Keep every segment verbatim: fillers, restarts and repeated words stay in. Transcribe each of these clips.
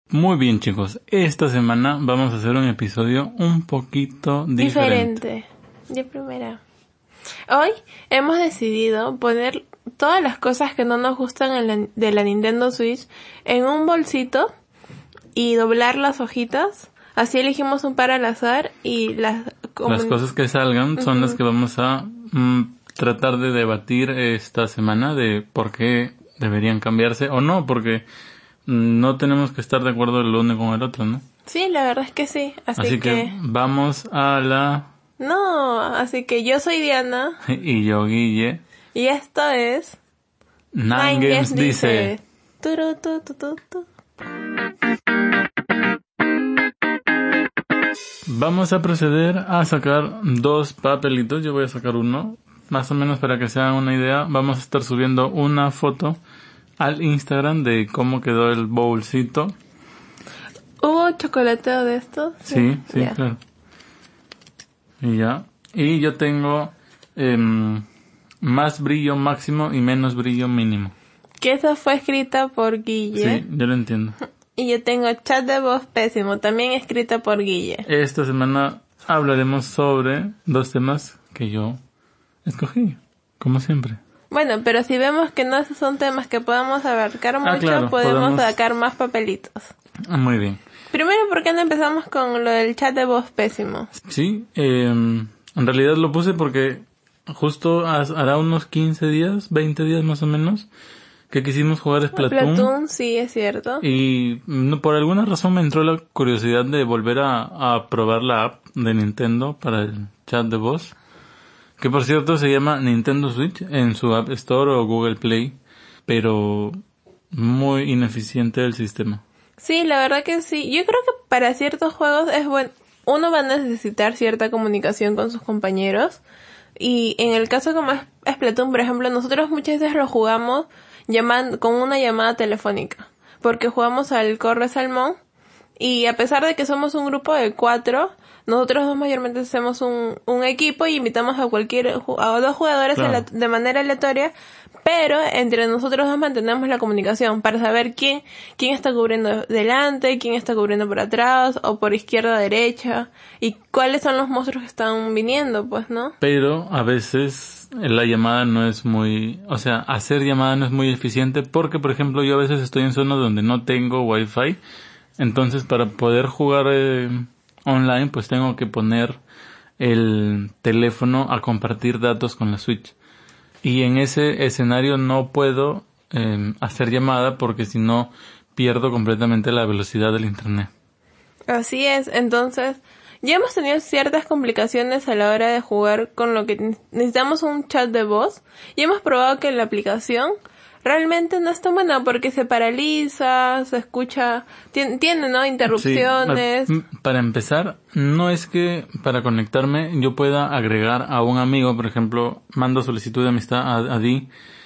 Muy bien, chicos. Esta semana vamos a hacer un episodio un poquito diferente. Diferente. De primera. Hoy hemos decidido poner todas las cosas que no nos gustan en la, de la Nintendo Switch en un bolsito y doblar las hojitas. Así elegimos un par al azar y las... Comun- las cosas que salgan son uh-huh. las que vamos a mm, tratar de debatir esta semana de por qué deberían cambiarse o no, porque no tenemos que estar de acuerdo el uno con el otro, ¿no? Sí, la verdad es que sí. Así, así que... que vamos a la... No, así que yo soy Diana. Y yo Guille. Y esto es... Nine, Nine Games dice... Turu, tu, tu, tu, tu. Vamos a proceder a sacar dos papelitos. Yo voy a sacar uno. Más o menos para que se hagan una idea. Vamos a estar subiendo una foto al Instagram de cómo quedó el bowlcito. ¿Hubo chocolateo de esto? Sí, sí, sí yeah. claro. Y ya. Y yo tengo eh, más brillo máximo y menos brillo mínimo. Que esa fue escrita por Guille. Sí, yo lo entiendo. Y yo tengo chat de voz pésimo, también escrita por Guille. Esta semana hablaremos sobre dos temas que yo escogí, como siempre. Bueno, pero si vemos que no son temas que podamos abarcar mucho, ah, claro, podemos, podemos sacar más papelitos. Ah, muy bien. Primero, ¿por qué no empezamos con lo del chat de voz pésimo? Sí, eh, en realidad lo puse porque justo hará unos quince días, veinte días más o menos, que quisimos jugar Splatoon. Splatoon, sí, es cierto. Y no, por alguna razón me entró la curiosidad de volver a, a probar la app de Nintendo para el chat de voz. Que por cierto se llama Nintendo Switch en su App Store o Google Play. Pero muy ineficiente el sistema. Sí, la verdad que sí. Yo creo que para ciertos juegos es bueno. Uno va a necesitar cierta comunicación con sus compañeros. Y en el caso como es Splatoon, por ejemplo, nosotros muchas veces lo jugamos llamando, con una llamada telefónica. Porque jugamos al Corre Salmón. Y a pesar de que somos un grupo de cuatro, nosotros dos mayormente hacemos un, un equipo y invitamos a cualquier, a dos jugadores claro. la, de manera aleatoria, pero entre nosotros dos mantenemos la comunicación para saber quién, quién está cubriendo delante, quién está cubriendo por atrás, o por izquierda a derecha, y cuáles son los monstruos que están viniendo, pues, ¿no? Pero a veces la llamada no es muy, o sea, hacer llamada no es muy eficiente porque, por ejemplo, yo a veces estoy en zonas donde no tengo wifi. Entonces, para poder jugar eh, online, pues tengo que poner el teléfono a compartir datos con la Switch. Y en ese escenario no puedo eh, hacer llamada porque si no pierdo completamente la velocidad del internet. Así es, entonces ya hemos tenido ciertas complicaciones a la hora de jugar con lo que necesitamos un chat de voz y hemos probado que la aplicación realmente no es tan buena porque se paraliza, se escucha, tiene, tiene ¿no? interrupciones. Sí, para empezar, no es que para conectarme yo pueda agregar a un amigo, por ejemplo, mando solicitud de amistad a, a Di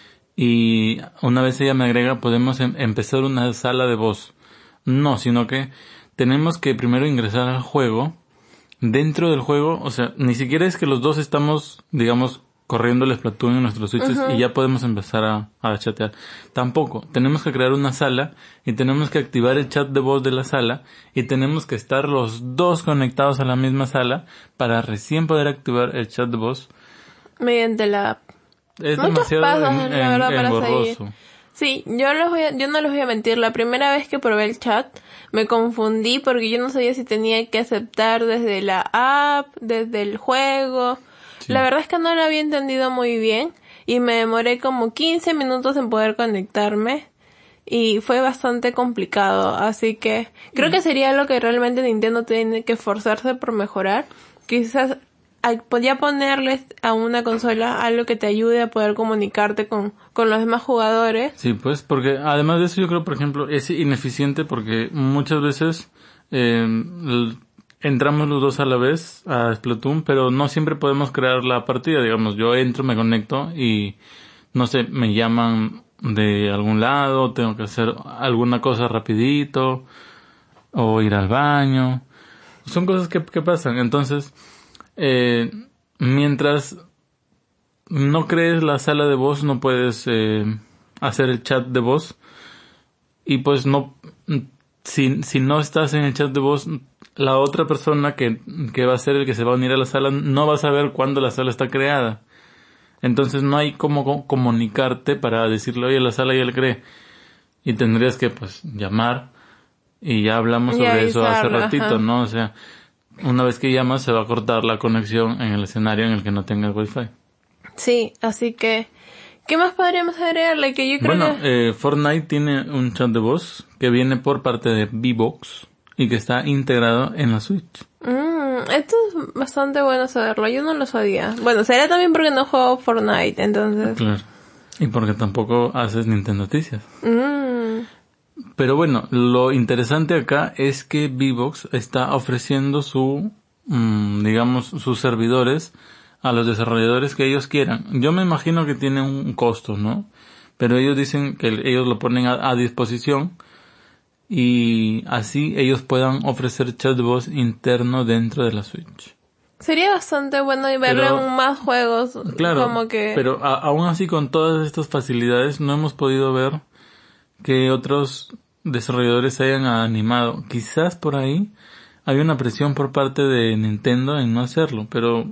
y una vez ella me agrega podemos em- empezar una sala de voz. No, sino que tenemos que primero ingresar al juego. Dentro del juego, o sea, ni siquiera es que los dos estamos, digamos, corriendo el Splatoon en nuestros switches uh-huh. y ya podemos empezar a, a chatear. Tampoco. Tenemos que crear una sala y tenemos que activar el chat de voz de la sala y tenemos que estar los dos conectados a la misma sala para recién poder activar el chat de voz. Mediante la app. Es Muchos demasiado pasos, en, la verdad, en, para engorroso. seguir. Sí, yo, los voy a, yo no les voy a mentir. La primera vez que probé el chat me confundí porque yo no sabía si tenía que aceptar desde la app, desde el juego. Sí. La verdad es que no lo había entendido muy bien y me demoré como quince minutos en poder conectarme y fue bastante complicado, así que creo mm. que sería lo que realmente Nintendo tiene que esforzarse por mejorar. Quizás podía ponerles a una consola algo que te ayude a poder comunicarte con, con los demás jugadores. Sí, pues porque además de eso yo creo, por ejemplo, es ineficiente porque muchas veces eh, entramos los dos a la vez a Splatoon, pero no siempre podemos crear la partida. Digamos, yo entro, me conecto y, no sé, me llaman de algún lado, tengo que hacer alguna cosa rapidito, o ir al baño. Son cosas que, que pasan. Entonces, eh, mientras no crees la sala de voz, no puedes eh, hacer el chat de voz. Y pues no... si, si no estás en el chat de voz, la otra persona que, que va a ser el que se va a unir a la sala no va a saber cuándo la sala está creada. Entonces no hay cómo comunicarte para decirle, oye, la sala ya la creé. Y tendrías que, pues, llamar y ya hablamos sobre eso hace ratito, ajá. ¿no? O sea, una vez que llamas se va a cortar la conexión en el escenario en el que no tengas wifi. Sí, así que, ¿qué más podríamos agregarle? Que yo creo bueno, que... eh, Fortnite tiene un chat de voz que viene por parte de V-Box y que está integrado en la Switch. Mm, esto es bastante bueno saberlo, yo no lo sabía. Bueno, será también porque no juego Fortnite, entonces... Claro. Y porque tampoco haces Nintendo Noticias. Mm. Pero bueno, lo interesante acá es que V-Box está ofreciendo su, mmm, digamos, sus servidores a los desarrolladores que ellos quieran. Yo me imagino que tiene un costo, ¿no? Pero ellos dicen que ellos lo ponen a, a disposición y así ellos puedan ofrecer chat de voz interno dentro de la Switch. Sería bastante bueno y verlo pero, en más juegos. Claro, como que... pero a, aún así con todas estas facilidades no hemos podido ver que otros desarrolladores se hayan animado. Quizás por ahí hay una presión por parte de Nintendo en no hacerlo, pero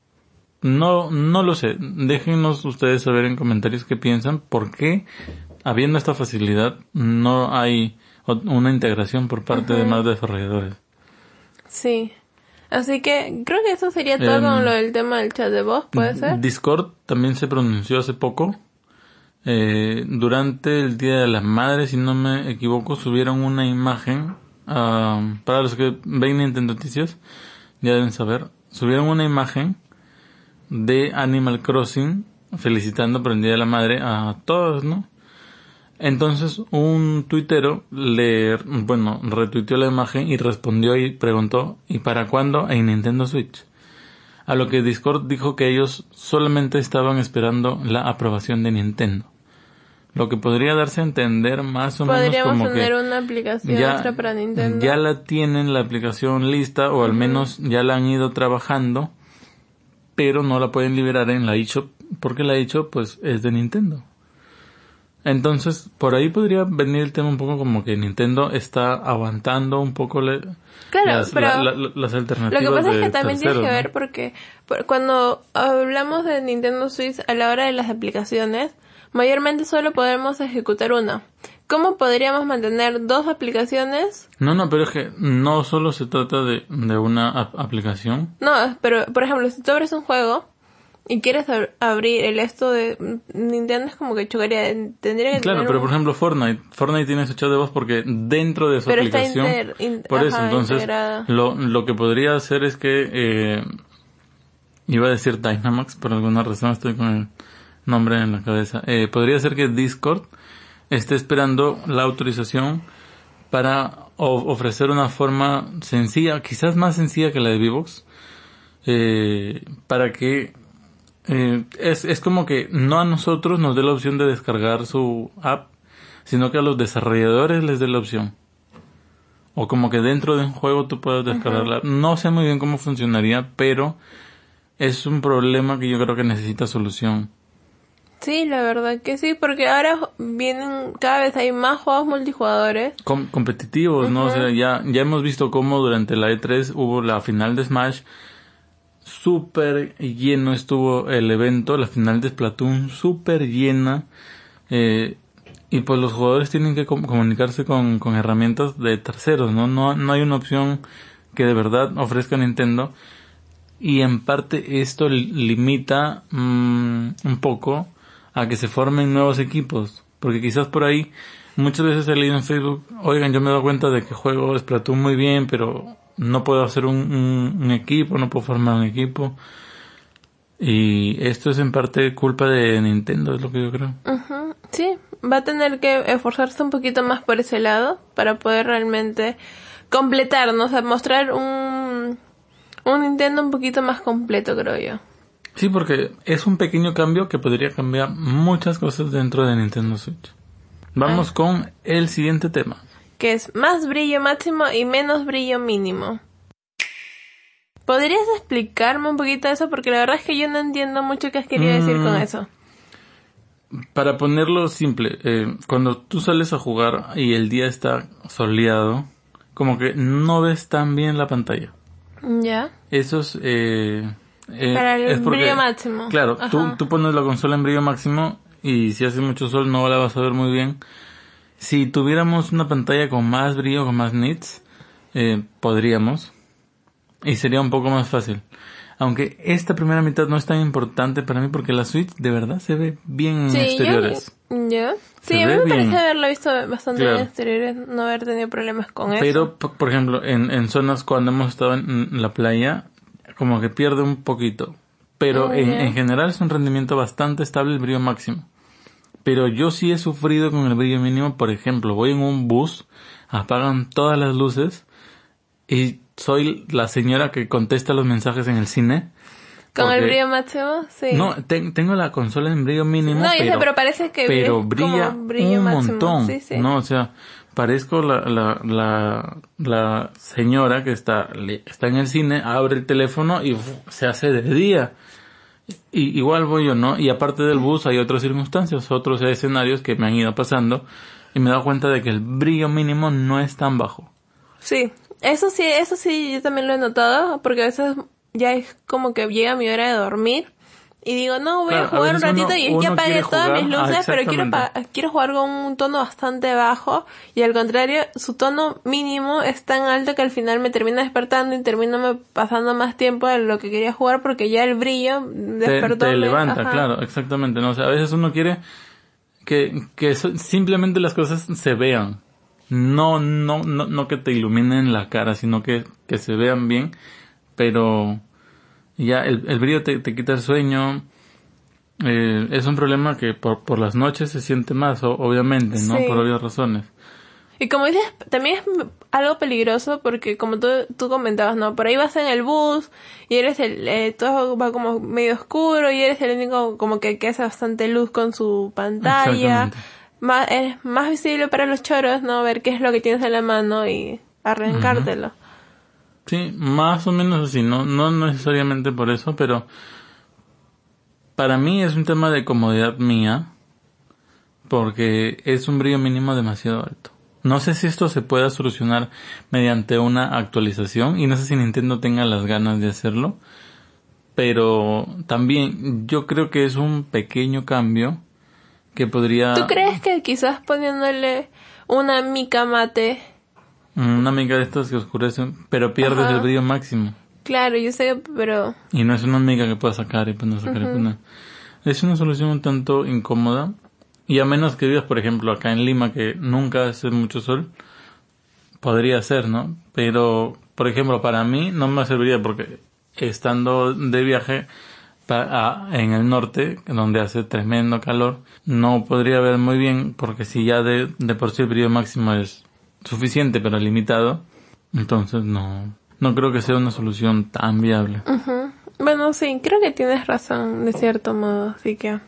no, no lo sé. Déjenos ustedes saber en comentarios qué piensan, por qué habiendo esta facilidad no hay una integración por parte uh-huh. de más desarrolladores. Sí. Así que creo que eso sería todo um, con lo del tema del chat de voz, ¿puede ser? Discord también se pronunció hace poco. Eh, durante el Día de la Madre, si no me equivoco, subieron una imagen, uh, para los que ven Nintendo Noticias, ya deben saber, subieron una imagen de Animal Crossing felicitando por el Día de la Madre a todos, ¿no? Entonces un tuitero le, bueno, retuiteó la imagen y respondió y preguntó, ¿y para cuándo en Nintendo Switch? A lo que Discord dijo que ellos solamente estaban esperando la aprobación de Nintendo. Lo que podría darse a entender más o menos como que... Podríamos tener una aplicación ya, extra para Nintendo. Ya la tienen la aplicación lista, o al uh-huh. menos ya la han ido trabajando, pero no la pueden liberar en la eShop, porque la eShop pues es de Nintendo. Entonces, por ahí podría venir el tema un poco como que Nintendo está aguantando un poco le, claro, las, pero la, la, las alternativas. Lo que pasa es que también terceros, tienes que ¿no? ver porque cuando hablamos de Nintendo Switch a la hora de las aplicaciones, mayormente solo podemos ejecutar una. ¿Cómo podríamos mantener dos aplicaciones? No, no, pero es que no solo se trata de, de una ap- aplicación. No, pero por ejemplo, si tú abres un juego y quieres ab- abrir el esto de Nintendo, es como que chocaría, tendría que Claro, tener pero un... por ejemplo Fortnite, Fortnite tiene su chat de voz porque dentro de su pero aplicación, está inter, in, por ajá, eso, entonces, integrada. lo, lo que podría hacer es que, eh, iba a decir Dynamax, por alguna razón estoy con el nombre en la cabeza, eh, podría ser que Discord esté esperando la autorización para o- ofrecer una forma sencilla, quizás más sencilla que la de V-Box, eh, para que Eh, es, es como que no a nosotros nos dé la opción de descargar su app, sino que a los desarrolladores les dé la opción. O como que dentro de un juego tú puedes descargarla. Uh-huh. No sé muy bien cómo funcionaría, pero es un problema que yo creo que necesita solución. Sí, la verdad que sí, porque ahora vienen, cada vez hay más juegos multijugadores. Com- competitivos, uh-huh. ¿no? O sea, ya, ya hemos visto cómo durante la E tres hubo la final de Smash. Súper lleno estuvo el evento, la final de Splatoon, súper llena, eh, y pues los jugadores tienen que com- comunicarse con, con herramientas de terceros, ¿no? No, no hay una opción que de verdad ofrezca Nintendo, y en parte esto li- limita mmm, un poco a que se formen nuevos equipos, porque quizás por ahí muchas veces he leído en Facebook, oigan, yo me he dado cuenta de que juego Splatoon muy bien, pero no puedo hacer un, un, un equipo, no puedo formar un equipo. Y esto es en parte culpa de Nintendo, es lo que yo creo. Uh-huh. Sí, va a tener que esforzarse un poquito más por ese lado para poder realmente completarnos, o sea, mostrar un, un Nintendo un poquito más completo, creo yo. Sí, porque es un pequeño cambio que podría cambiar muchas cosas dentro de Nintendo Switch. Vamos Ay. con el siguiente tema, que es más brillo máximo y menos brillo mínimo. ¿Podrías explicarme un poquito eso? Porque la verdad es que yo no entiendo mucho qué has querido mm, decir con eso. Para ponerlo simple, eh, cuando tú sales a jugar y el día está soleado, como que no ves tan bien la pantalla. Ya. Eso es... Eh, eh, Para el es porque, brillo máximo. Claro, tú, Ajá. tú pones la consola en brillo máximo y si hace mucho sol no la vas a ver muy bien. Si tuviéramos una pantalla con más brillo, con más nits, eh, podríamos. Y sería un poco más fácil. Aunque esta primera mitad no es tan importante para mí porque la Switch de verdad se ve bien en Sí, exteriores. yo, yo. Sí, Se a mí ve me bien. parece haberla visto bastante Claro. bien en exteriores, no haber tenido problemas con eso. Pero, p- por ejemplo, en, en zonas cuando hemos estado en, en la playa, como que pierde un poquito. Pero Mm, en, ya. en general es un rendimiento bastante estable el brillo máximo. Pero yo sí he sufrido con el brillo mínimo. Por ejemplo, voy en un bus, apagan todas las luces y soy la señora que contesta los mensajes en el cine. ¿Con el porque- brillo máximo? Sí. No, te- tengo la consola en brillo mínimo, No, yo pero, sé, pero parece que pero es brilla como brillo un máximo. montón. Sí, sí. No, o sea, parezco la, la, la, la señora que está, le- está en el cine, abre el teléfono y uf, se hace de día. Y igual voy yo, ¿no? Y aparte del bus hay otras circunstancias, otros escenarios que me han ido pasando y me he dado cuenta de que el brillo mínimo no es tan bajo. Sí, eso sí, eso sí, yo también lo he notado, porque a veces ya es como que llega mi hora de dormir y digo, no, voy Claro, a a jugar un veces uno- ratito y ya uno apagué quiere todas jugar, mis ah, luces, pero quiero, pa- exactamente. quiero jugar con un tono bastante bajo y al contrario, su tono mínimo es tan alto que al final me termina despertando y termino me pasando más tiempo de lo que quería jugar porque ya el brillo Te, despertó. te me- levanta, ajá. claro, exactamente, ¿no? O sea, a veces uno quiere que, que so- simplemente las cosas se vean. No, no, no, no que te iluminen la cara, sino que, que se vean bien, pero ya el, el brillo te, te quita el sueño. Eh, es un problema que por, por las noches se siente más, o- obviamente, ¿no? Sí. Por obvias razones. Y como dices, también es algo peligroso porque como tú, tú comentabas, ¿no? Por ahí vas en el bus y eres el, eh, todo va como medio oscuro y eres el único como que, que hace bastante luz con su pantalla. Exactamente. Más, es más visible para los choros, ¿no? Ver qué es lo que tienes en la mano y arrancártelo. Sí, más o menos así, no, no necesariamente por eso, pero para mí es un tema de comodidad mía, porque es un brillo mínimo demasiado alto. No sé si esto se pueda solucionar mediante una actualización, y no sé si Nintendo tenga las ganas de hacerlo, pero también yo creo que es un pequeño cambio que podría... ¿Tú crees que quizás poniéndole una mica mate? Una mica de estas que oscurecen, pero pierdes Ajá. el brillo máximo. Claro, yo sé, pero... Y no es una mica que puedas sacar y poner, sacar y poner. Es una solución un tanto incómoda. Y a menos que vivas, por ejemplo, acá en Lima, que nunca hace mucho sol, podría ser, ¿no? Pero, por ejemplo, para mí no me serviría porque estando de viaje pa- a- en el norte, donde hace tremendo calor, no podría ver muy bien porque si ya de, de por sí el brillo máximo es suficiente pero limitado, entonces no, no creo que sea una solución tan viable. Ujú. Bueno, sí, creo que tienes razón, de cierto modo, así que...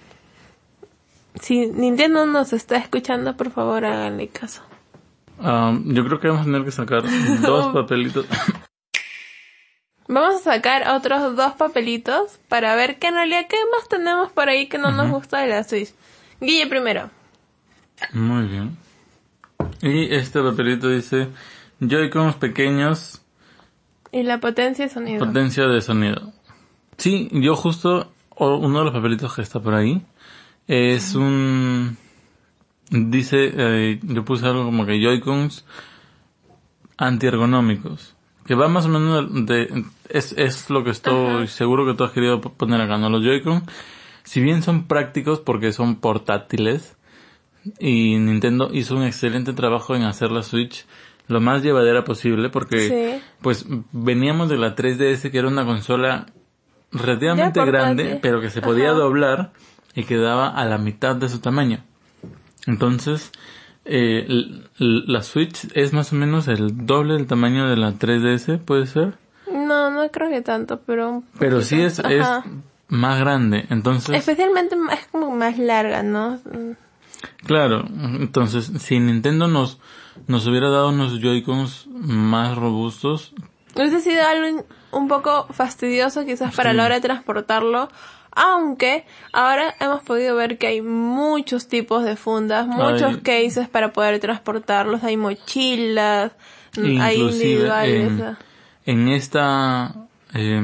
Si Nintendo nos está escuchando, por favor, háganle caso. Um, yo creo que vamos a tener que sacar dos papelitos. Vamos a sacar otros dos papelitos para ver qué en realidad qué más tenemos por ahí que no nos gusta de la Switch. Guille primero. Muy bien. Y este papelito dice Joy-Cons pequeños, Y la potencia de sonido. potencia de sonido. Sí, yo justo, o- uno de los papelitos que está por ahí, es un... Dice, eh, yo puse algo como que Joy-Cons antiergonómicos. Que va más o menos de... de- es, es lo que estoy Ajá. seguro que tú has querido p- poner acá, ¿no? Los Joy-Con, si bien son prácticos porque son portátiles, y Nintendo hizo un excelente trabajo en hacer la Switch lo más llevadera posible porque Sí. pues veníamos de la tres D S, que era una consola relativamente Ya portátil. grande pero que se podía Ajá. doblar y quedaba a la mitad de su tamaño. Entonces eh, l- l- la Switch es más o menos el doble del tamaño de la tres D S, puede ser, No, no creo que tanto, pero... un pero poquito. sí es, es Ajá. más grande. Entonces Especialmente es como más larga, ¿no? claro, entonces si Nintendo nos nos hubiera dado unos Joy-Cons más robustos, Hubiese sido algo un poco fastidioso quizás para Sí. la hora de transportarlo Aunque ahora hemos podido ver que hay muchos tipos de fundas, muchos hay, cases para poder transportarlos, hay mochilas, hay individuales. En, en esta eh,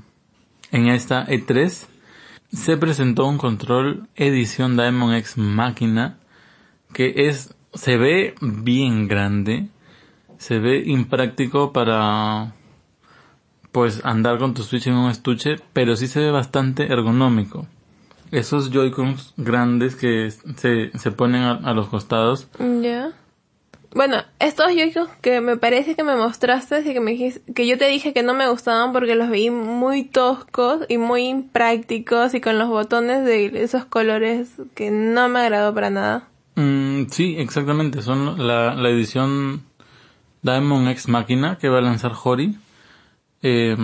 en esta E tres se presentó un control edición Diamond X Máquina que es se ve bien grande, se ve impráctico para pues andar con tu Switch en un estuche, pero sí se ve bastante ergonómico. Esos Joy-Cons grandes que se, se ponen a, a los costados. Ya. Yeah. Bueno, estos Joy-Cons que me parece que me mostraste y que me dijiste, que yo te dije que no me gustaban porque los vi muy toscos y muy imprácticos y con los botones de esos colores que no me agradó para nada. Mm, sí, exactamente. Son la, la edición Diamond X Máquina que va a lanzar Hori. Eh,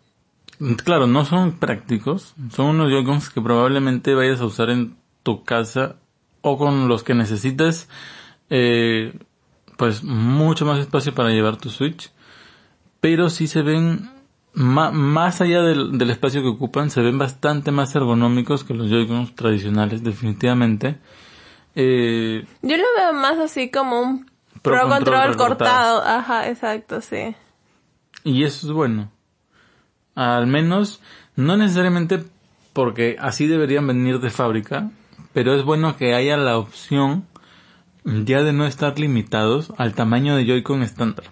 claro, no son prácticos, son unos Joy-Cons que probablemente vayas a usar en tu casa o con los que necesites eh, pues mucho más espacio para llevar tu Switch, pero sí se ven ma- más allá del, del espacio que ocupan, se ven bastante más ergonómicos que los Joy-Cons tradicionales, definitivamente. Eh, Yo lo veo más así como un Pro, Pro Control, Control cortado, ajá, exacto, sí. Y eso es bueno. Al menos, no necesariamente porque así deberían venir de fábrica, pero es bueno que haya la opción ya de no estar limitados al tamaño de Joy-Con estándar.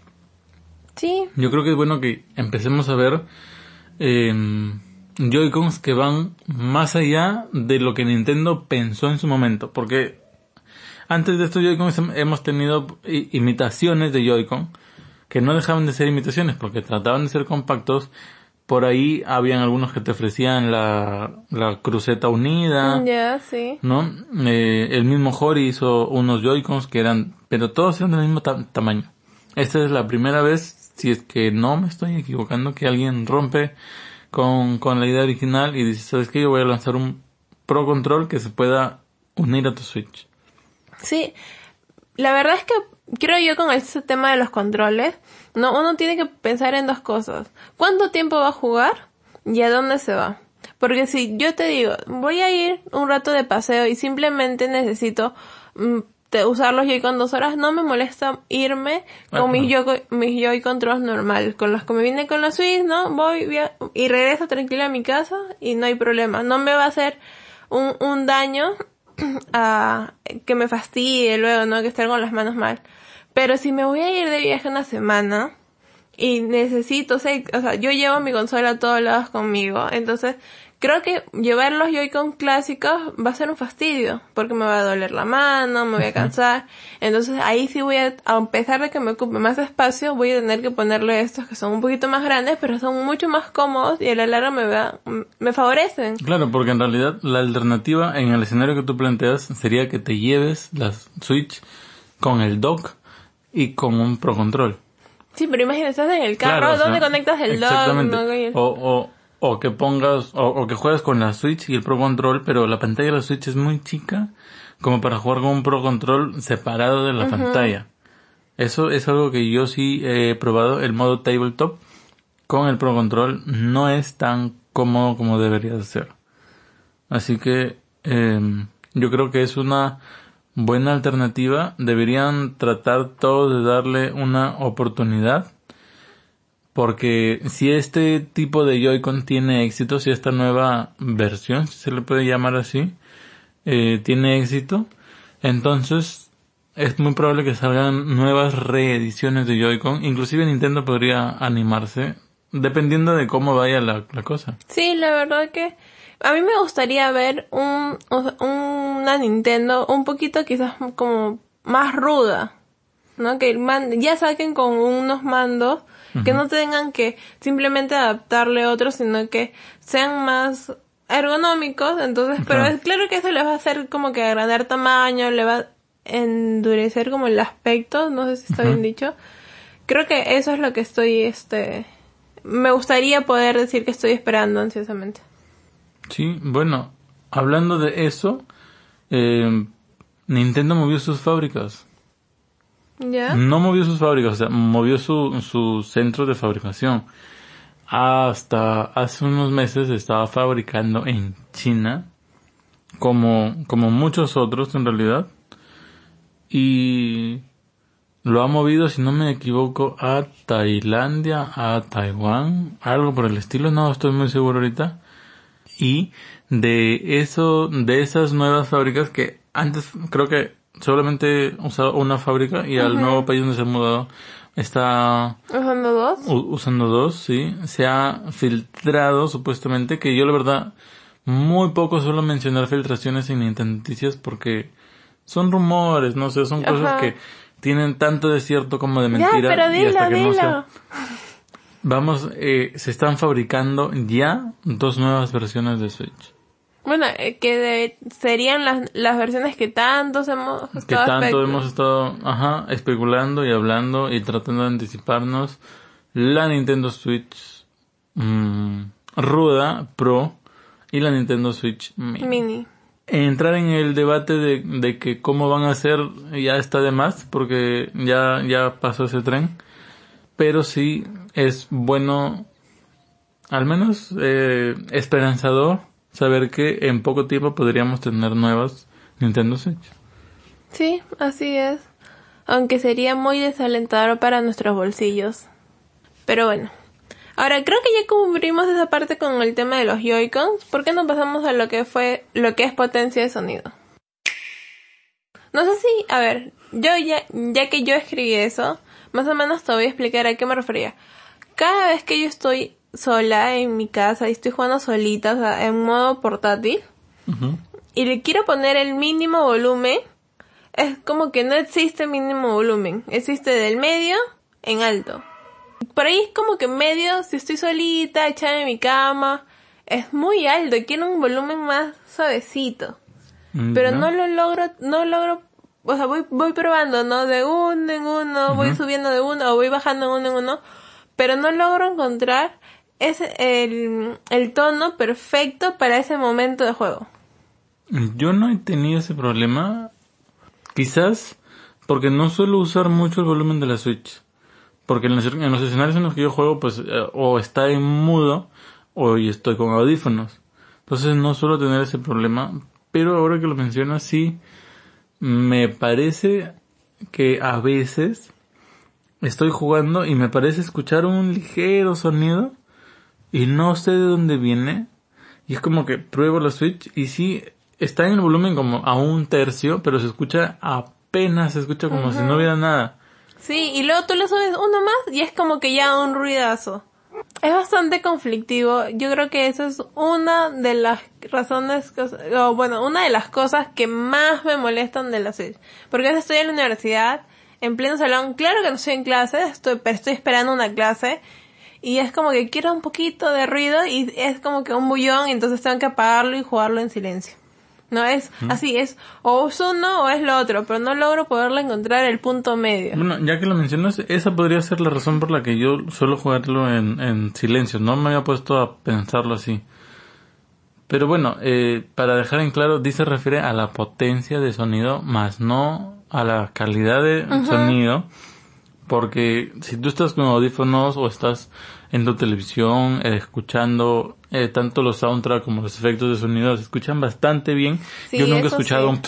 Sí. Yo creo que es bueno que empecemos a ver eh, Joy-Cons que van más allá de lo que Nintendo pensó en su momento, porque antes de estos Joy-Cons hemos tenido imitaciones de Joy-Con que no dejaban de ser imitaciones porque trataban de ser compactos. Por ahí habían algunos que te ofrecían la, la cruceta unida. Ya, yeah, sí. ¿No? Eh, el mismo Hori hizo unos Joy-Cons que eran, pero todos eran del mismo ta- tamaño. Esta es la primera vez, si es que no me estoy equivocando, que alguien rompe con, con la idea original y dice, ¿sabes qué? Yo voy a lanzar un Pro Control que se pueda unir a tu Switch. Sí. La verdad es que creo yo con este tema de los controles, no, uno tiene que pensar en dos cosas. ¿Cuánto tiempo va a jugar? ¿Y a dónde se va? Porque si yo te digo, voy a ir un rato de paseo y simplemente necesito mm, te, usar los Joy-Con dos horas, no me molesta irme con uh-huh. mis, Joy- mis Joy-Controls normal, con los que me vine con la Switch, ¿no? Voy, voy a, y regreso tranquila a mi casa y no hay problema. No me va a hacer un, un daño a que me fastidie luego, ¿no? Que estar con las manos mal. Pero si me voy a ir de viaje una semana y necesito, o sea, o sea, yo llevo mi consola a todos lados conmigo, entonces creo que llevar los Joy-Con clásicos va a ser un fastidio, porque me va a doler la mano, me voy a cansar. Entonces ahí sí voy a, a pesar de que me ocupe más espacio, voy a tener que ponerle estos que son un poquito más grandes, pero son mucho más cómodos y a la larga me va, me favorecen. Claro, porque en realidad la alternativa en el escenario que tú planteas sería que te lleves la Switch con el dock y con un Pro Control. Sí, pero imagínate, estás en el carro, claro, ¿dónde o sea, conectas el dock? Exactamente. ¿No? O, o, o que pongas, o, o que juegues con la Switch y el Pro Control, pero la pantalla de la Switch es muy chica como para jugar con un Pro Control separado de la uh-huh. pantalla. Eso es algo que yo sí he probado, el modo tabletop con el Pro Control no es tan cómodo como debería ser. Así que eh, yo creo que es una buena alternativa. Deberían tratar todos de darle una oportunidad, porque si este tipo de Joy-Con tiene éxito, si esta nueva versión, si se le puede llamar así, eh, tiene éxito, entonces es muy probable que salgan nuevas reediciones de Joy-Con. Inclusive Nintendo podría animarse, dependiendo de cómo vaya la, la cosa. Sí, la verdad que a mí me gustaría ver un, una Nintendo un poquito quizás como más ruda, ¿no? Que el man, ya saquen con unos mandos uh-huh. que no tengan que simplemente adaptarle otros, sino que sean más ergonómicos. Entonces, pero claro. es claro que eso les va a hacer como que agrandar tamaño, le va a endurecer como el aspecto, no sé si está uh-huh. bien dicho. Creo que eso es lo que estoy, este, me gustaría poder decir que estoy esperando ansiosamente. Sí, bueno, hablando de eso, eh, Nintendo movió sus fábricas. ¿Ya? No movió sus fábricas, o sea, movió su, su centro de fabricación. Hasta hace unos meses estaba fabricando en China, como, como muchos otros en realidad, y lo ha movido, si no me equivoco, a Tailandia, a Taiwán, algo por el estilo, no estoy muy seguro ahorita. Y de eso, de esas nuevas fábricas que antes creo que solamente usaba una fábrica y uh-huh. al nuevo país donde se ha mudado está usando dos. U- usando dos, sí. Se ha filtrado supuestamente, que yo la verdad muy poco suelo mencionar filtraciones en Nintendo Noticias porque son rumores, no sé, son cosas uh-huh. que tienen tanto de cierto como de mentira. Ya, pero dilo, y hasta que dilo. no sea... Vamos, eh, se están fabricando ya dos nuevas versiones de Switch. Bueno, eh, que de, serían las, las versiones que tantos hemos estado... Que tanto espe- hemos estado, ajá, especulando y hablando y tratando de anticiparnos. La Nintendo Switch mmm, ruda, Pro, y la Nintendo Switch Mini. Mini. Entrar en el debate de, de que cómo van a ser ya está de más, porque ya, ya pasó ese tren. Pero sí es bueno, al menos eh, esperanzador, saber que en poco tiempo podríamos tener nuevas Nintendo Switch. Sí, así es. Aunque sería muy desalentador para nuestros bolsillos. Pero bueno. Ahora, creo que ya cubrimos esa parte con el tema de los Joy-Cons. ¿Por qué no pasamos a lo que fue, lo que es potencia de sonido? No sé si, a ver, yo ya, ya que yo escribí eso, más o menos te voy a explicar a qué me refería. Cada vez que yo estoy sola en mi casa y estoy jugando solita, o sea, en modo portátil, uh-huh. y le quiero poner el mínimo volumen, es como que no existe mínimo volumen. Existe del medio en alto. Por ahí es como que medio, si estoy solita, echada en mi cama, es muy alto y quiero un volumen más suavecito. Mm, Pero no. no lo logro, no logro, o sea, voy, voy probando, ¿no? De uno en uno, uh-huh. voy subiendo de uno o voy bajando de uno en uno, pero no logro encontrar ese, el, el tono perfecto para ese momento de juego. Yo no he tenido ese problema, quizás porque no suelo usar mucho el volumen de la Switch. Porque en los, en los escenarios en los que yo juego, pues, eh, o está en mudo, o estoy con audífonos. Entonces no suelo tener ese problema. Pero ahora que lo mencionas, sí, me parece que a veces estoy jugando y me parece escuchar un ligero sonido y no sé de dónde viene. Y es como que pruebo la Switch y sí, está en el volumen como a un tercio, pero se escucha apenas, se escucha como uh-huh. si no hubiera nada. Sí, y luego tú le subes uno más y es como que ya un ruidazo. Es bastante conflictivo. Yo creo que eso es una de las razones, que, o bueno, una de las cosas que más me molestan de la Switch. Porque yo estoy en la universidad, en pleno salón, claro que no estoy en clase, estoy, pero estoy esperando una clase. Y es como que quiero un poquito de ruido y es como que un bullón, y entonces tengo que apagarlo y jugarlo en silencio. No es ¿Mm? así, es o es uno o es lo otro, pero no logro poderle encontrar el punto medio. Bueno, ya que lo mencionas, esa podría ser la razón por la que yo suelo jugarlo en, en silencio. No me había puesto a pensarlo así. Pero bueno, eh, para dejar en claro, dice refiere a la potencia de sonido, más no a la calidad de uh-huh. sonido. Porque si tú estás con audífonos o estás en tu televisión eh, escuchando eh, tanto los soundtracks como los efectos de sonido, se escuchan bastante bien. Sí, yo nunca he escuchado sí. un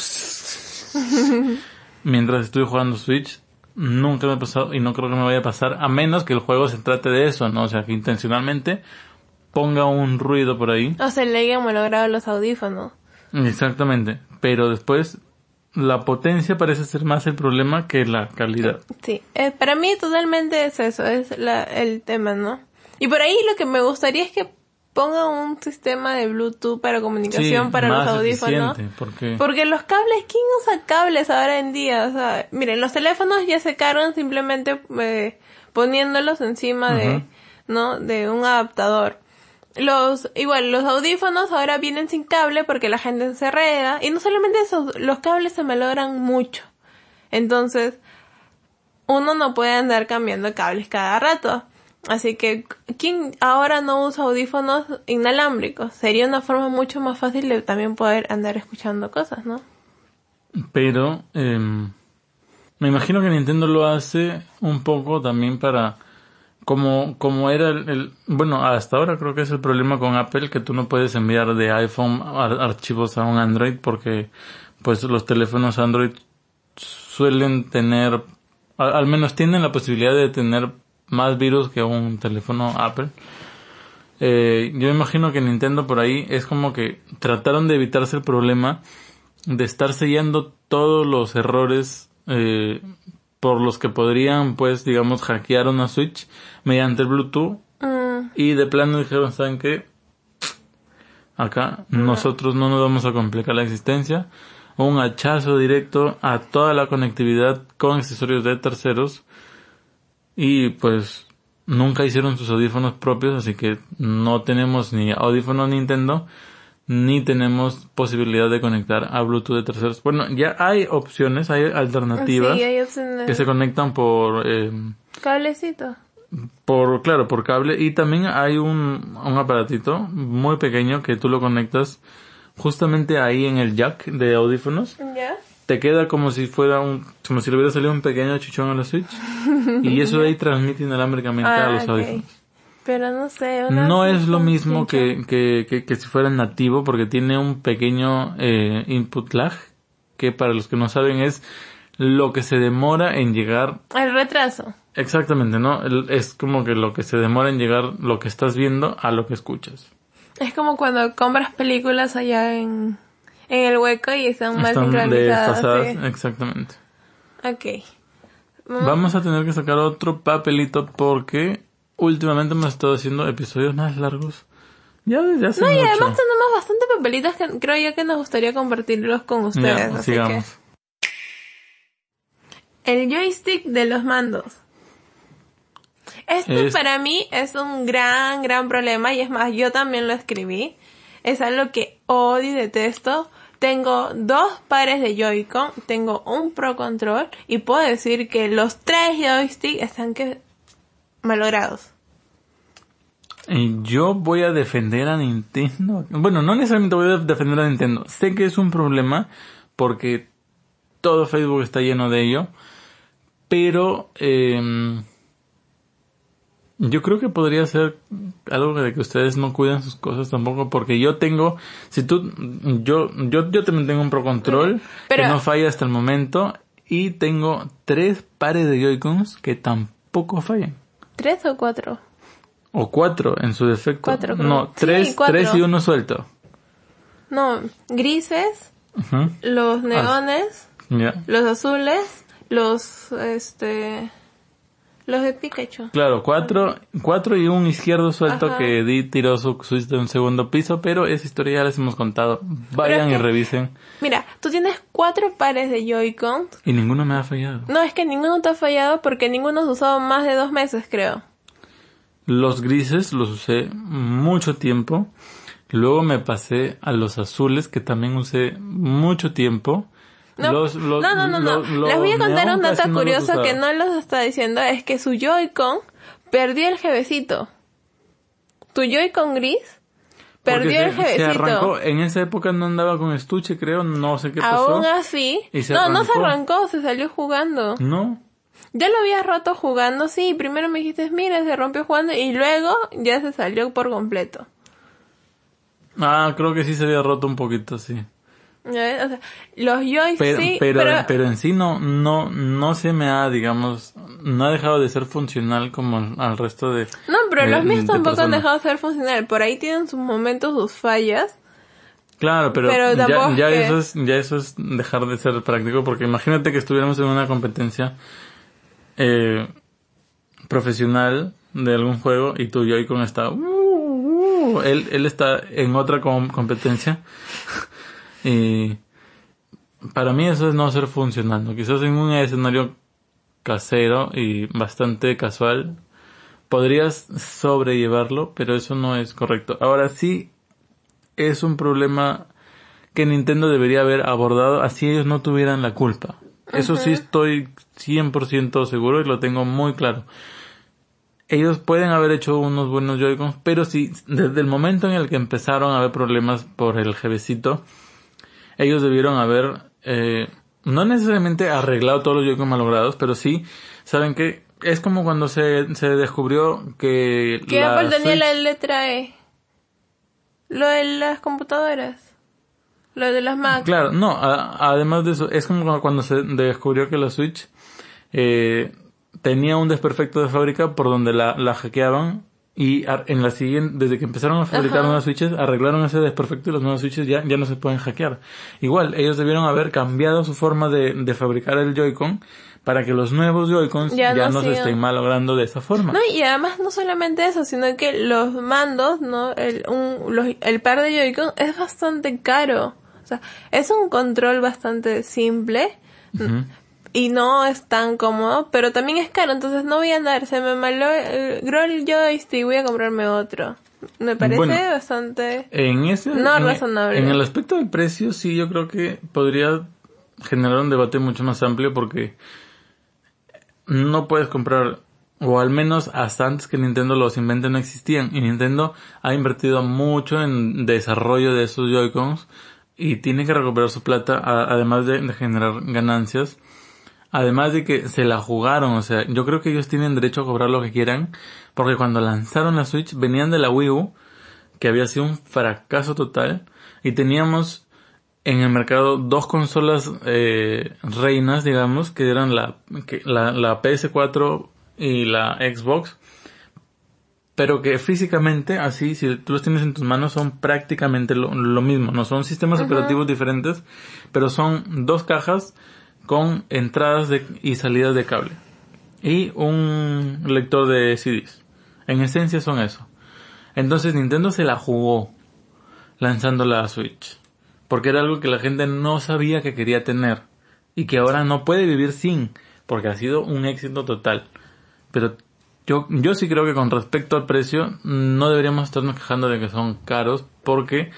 pss mientras estoy jugando Switch. Nunca me ha pasado y no creo que me vaya a pasar, a menos que el juego se trate de eso, ¿no? O sea, que intencionalmente ponga un ruido por ahí. O se le hayan malogrado los audífonos. Exactamente. Pero después la potencia parece ser más el problema que la calidad. Sí, eh, para mí totalmente es eso, es la, el tema, ¿no? Y por ahí lo que me gustaría es que ponga un sistema de Bluetooth para comunicación sí, para los audífonos. Porque... porque los cables, ¿quién usa cables ahora en día? O sea, miren, los teléfonos ya se cargan simplemente eh, poniéndolos encima uh-huh. de, ¿no? de un adaptador. Los, igual, los audífonos ahora vienen sin cable porque la gente se enreda. Y no solamente eso, los cables se malogran mucho. Entonces, uno no puede andar cambiando cables cada rato. Así que, ¿quién ahora no usa audífonos inalámbricos? Sería una forma mucho más fácil de también poder andar escuchando cosas, ¿no? Pero, eh, me imagino que Nintendo lo hace un poco también para como, como era el, el, bueno, hasta ahora creo que es el problema con Apple, que tú no puedes enviar de iPhone ar- archivos a un Android porque, pues, los teléfonos Android suelen tener, al, al menos tienen la posibilidad de tener más virus que un teléfono Apple. Eh, yo imagino que Nintendo por ahí es como que trataron de evitarse el problema de estar sellando todos los errores eh, por los que podrían, pues, digamos, hackear una Switch mediante el Bluetooth. Mm. Y de plano dijeron, ¿saben qué? Acá no. nosotros no nos vamos a complicar la existencia. Un hachazo directo a toda la conectividad con accesorios de terceros. Y pues nunca hicieron sus audífonos propios, así que no tenemos ni audífonos Nintendo, ni tenemos posibilidad de conectar a Bluetooth de terceros. Bueno, ya hay opciones, hay alternativas. Sí, hay opciones que se conectan por eh, cablecito. Por, claro, por cable. Y también hay un, un aparatito muy pequeño que tú lo conectas justamente ahí en el jack de audífonos. ¿Ya? Te queda como si fuera un, como si le hubiera salido un pequeño chichón a la Switch. Y eso de ahí transmite inalámbricamente ah, a los okay. audífonos. Pero no sé. No es lo mismo que, que, que, que si fuera nativo, porque tiene un pequeño eh, input lag, que para los que no saben es lo que se demora en llegar. El retraso. Exactamente, ¿no? Es como que lo que se demora en llegar lo que estás viendo a lo que escuchas. Es como cuando compras películas allá en, en el hueco y están mal sincronizadas. Sí. Exactamente. Ok. Vamos. Vamos a tener que sacar otro papelito porque últimamente hemos estado haciendo episodios más largos. Ya desde hace no, mucho. Y además tenemos bastante papelitos que creo yo que nos gustaría compartirlos con ustedes. Ya, así sigamos. Que... El joystick de los mandos. Esto es... para mí es un gran, gran problema y es más, yo también lo escribí. Es algo que odio y detesto. Tengo dos pares de Joy-Con, tengo un Pro Control y puedo decir que los tres joysticks están que malogrados. Y yo voy a defender a Nintendo. Bueno, no necesariamente voy a defender a Nintendo. Sé que es un problema porque todo Facebook está lleno de ello. Pero eh, yo creo que podría ser algo de que ustedes no cuidan sus cosas tampoco, porque yo tengo, si tú, yo, yo, yo también tengo un Pro Control pero, que no falla hasta el momento y tengo tres pares de Joy-Cons que tampoco fallan. ¿Tres o cuatro? O cuatro en su defecto. Cuatro. No, sí, tres, cuatro. tres y uno suelto. No, grises, uh-huh. los neones, ah, yeah. los azules, los, este... los de Pikachu. Claro, cuatro, cuatro y un izquierdo suelto. Ajá. Que Di tiró su Switch de un segundo piso, pero esa historia ya les hemos contado. Vayan es que, y revisen. Mira, tú tienes cuatro pares de Joy-Con. Y ninguno me ha fallado. No, es que ninguno te ha fallado porque ninguno has usado más de dos meses, creo. Los grises los usé mucho tiempo. Luego me pasé a los azules, que también usé mucho tiempo. No, los, los, no, no, no, no. Los, los Les voy a contar un dato no curioso que no los está diciendo. Es que su Joy-Con perdió el jevecito. Tu Joy-Con gris perdió se, el jevecito. Se arrancó. En esa época no andaba con estuche, creo. No sé qué pasó. Aún así. No, arrancó. no se arrancó. Se salió jugando. No. Ya lo había roto jugando. Sí, primero me dijiste, mira, se rompió jugando. Y luego ya se salió por completo. Ah, creo que sí se había roto un poquito, sí. O sea, los joysticks pero, sí, pero, pero... pero en sí no, no, no se me ha, digamos, no ha dejado de ser funcional como al resto de... No, pero de, los míos tampoco personas. han dejado de ser funcional. Por ahí tienen sus momentos, sus fallas. Claro, pero, pero ya, ya que... eso es, ya eso es dejar de ser práctico, porque imagínate que estuviéramos en una competencia eh, profesional de algún juego y tu Joy-Con está, uh, uh, él, él está en otra com- competencia. Y para mí eso es no ser funcional, ¿no? Quizás en un escenario casero y bastante casual podrías sobrellevarlo, pero eso no es correcto. Ahora sí es un problema que Nintendo debería haber abordado así ellos no tuvieran la culpa. Uh-huh. Eso sí estoy cien por ciento seguro y lo tengo muy claro. Ellos pueden haber hecho unos buenos Joy-Cons, pero sí, desde el momento en el que empezaron a haber problemas por el jevecito, ellos debieron haber, eh, no necesariamente arreglado todos los Joy-Con malogrados, pero sí, ¿saben qué? es como cuando se, se descubrió que ¿Qué la Apple tenía Switch... la letra E? Lo de las computadoras. Lo de las Mac. Claro, no, a, además de eso, es como cuando se descubrió que la Switch eh, tenía un desperfecto de fábrica por donde la, la hackeaban, y en la siguiente, desde que empezaron a fabricar Ajá. nuevas Switches, arreglaron ese desperfecto y los nuevos Switches ya, ya no se pueden hackear. Igual, ellos debieron haber cambiado su forma de, de fabricar el Joy-Con para que los nuevos Joy-Cons ya, ya no, no se estén malogrando de esa forma. No, y además no solamente eso, sino que los mandos, ¿no? El, un, los, el par de Joy-Con es bastante caro. O sea, es un control bastante simple. Uh-huh. Y no es tan cómodo, pero también es caro, entonces no voy a andar, se me malogró el joystick, voy a comprarme otro. Me parece bueno, bastante en ese, no en, razonable. En el aspecto del precio, sí, yo creo que podría generar un debate mucho más amplio, porque no puedes comprar, o al menos hasta antes que Nintendo los invente no existían, y Nintendo ha invertido mucho en desarrollo de esos Joy-Cons, y tiene que recuperar su plata, a, además de, de generar ganancias. Además de que se la jugaron, o sea, yo creo que ellos tienen derecho a cobrar lo que quieran, porque cuando lanzaron la Switch venían de la Wii U, que había sido un fracaso total, y teníamos en el mercado dos consolas eh, reinas, digamos, que eran la, que, la, la P S cuatro y la Xbox, pero que físicamente, así, si tú los tienes en tus manos, son prácticamente lo, lo mismo, no son sistemas uh-huh. operativos diferentes, pero son dos cajas con entradas de, y salidas de cable y un lector de C Ds. En esencia son eso. Entonces Nintendo se la jugó lanzando la Switch, porque era algo que la gente no sabía que quería tener y que ahora no puede vivir sin, porque ha sido un éxito total. Pero yo yo sí creo que con respecto al precio no deberíamos estarnos quejando de que son caros, porque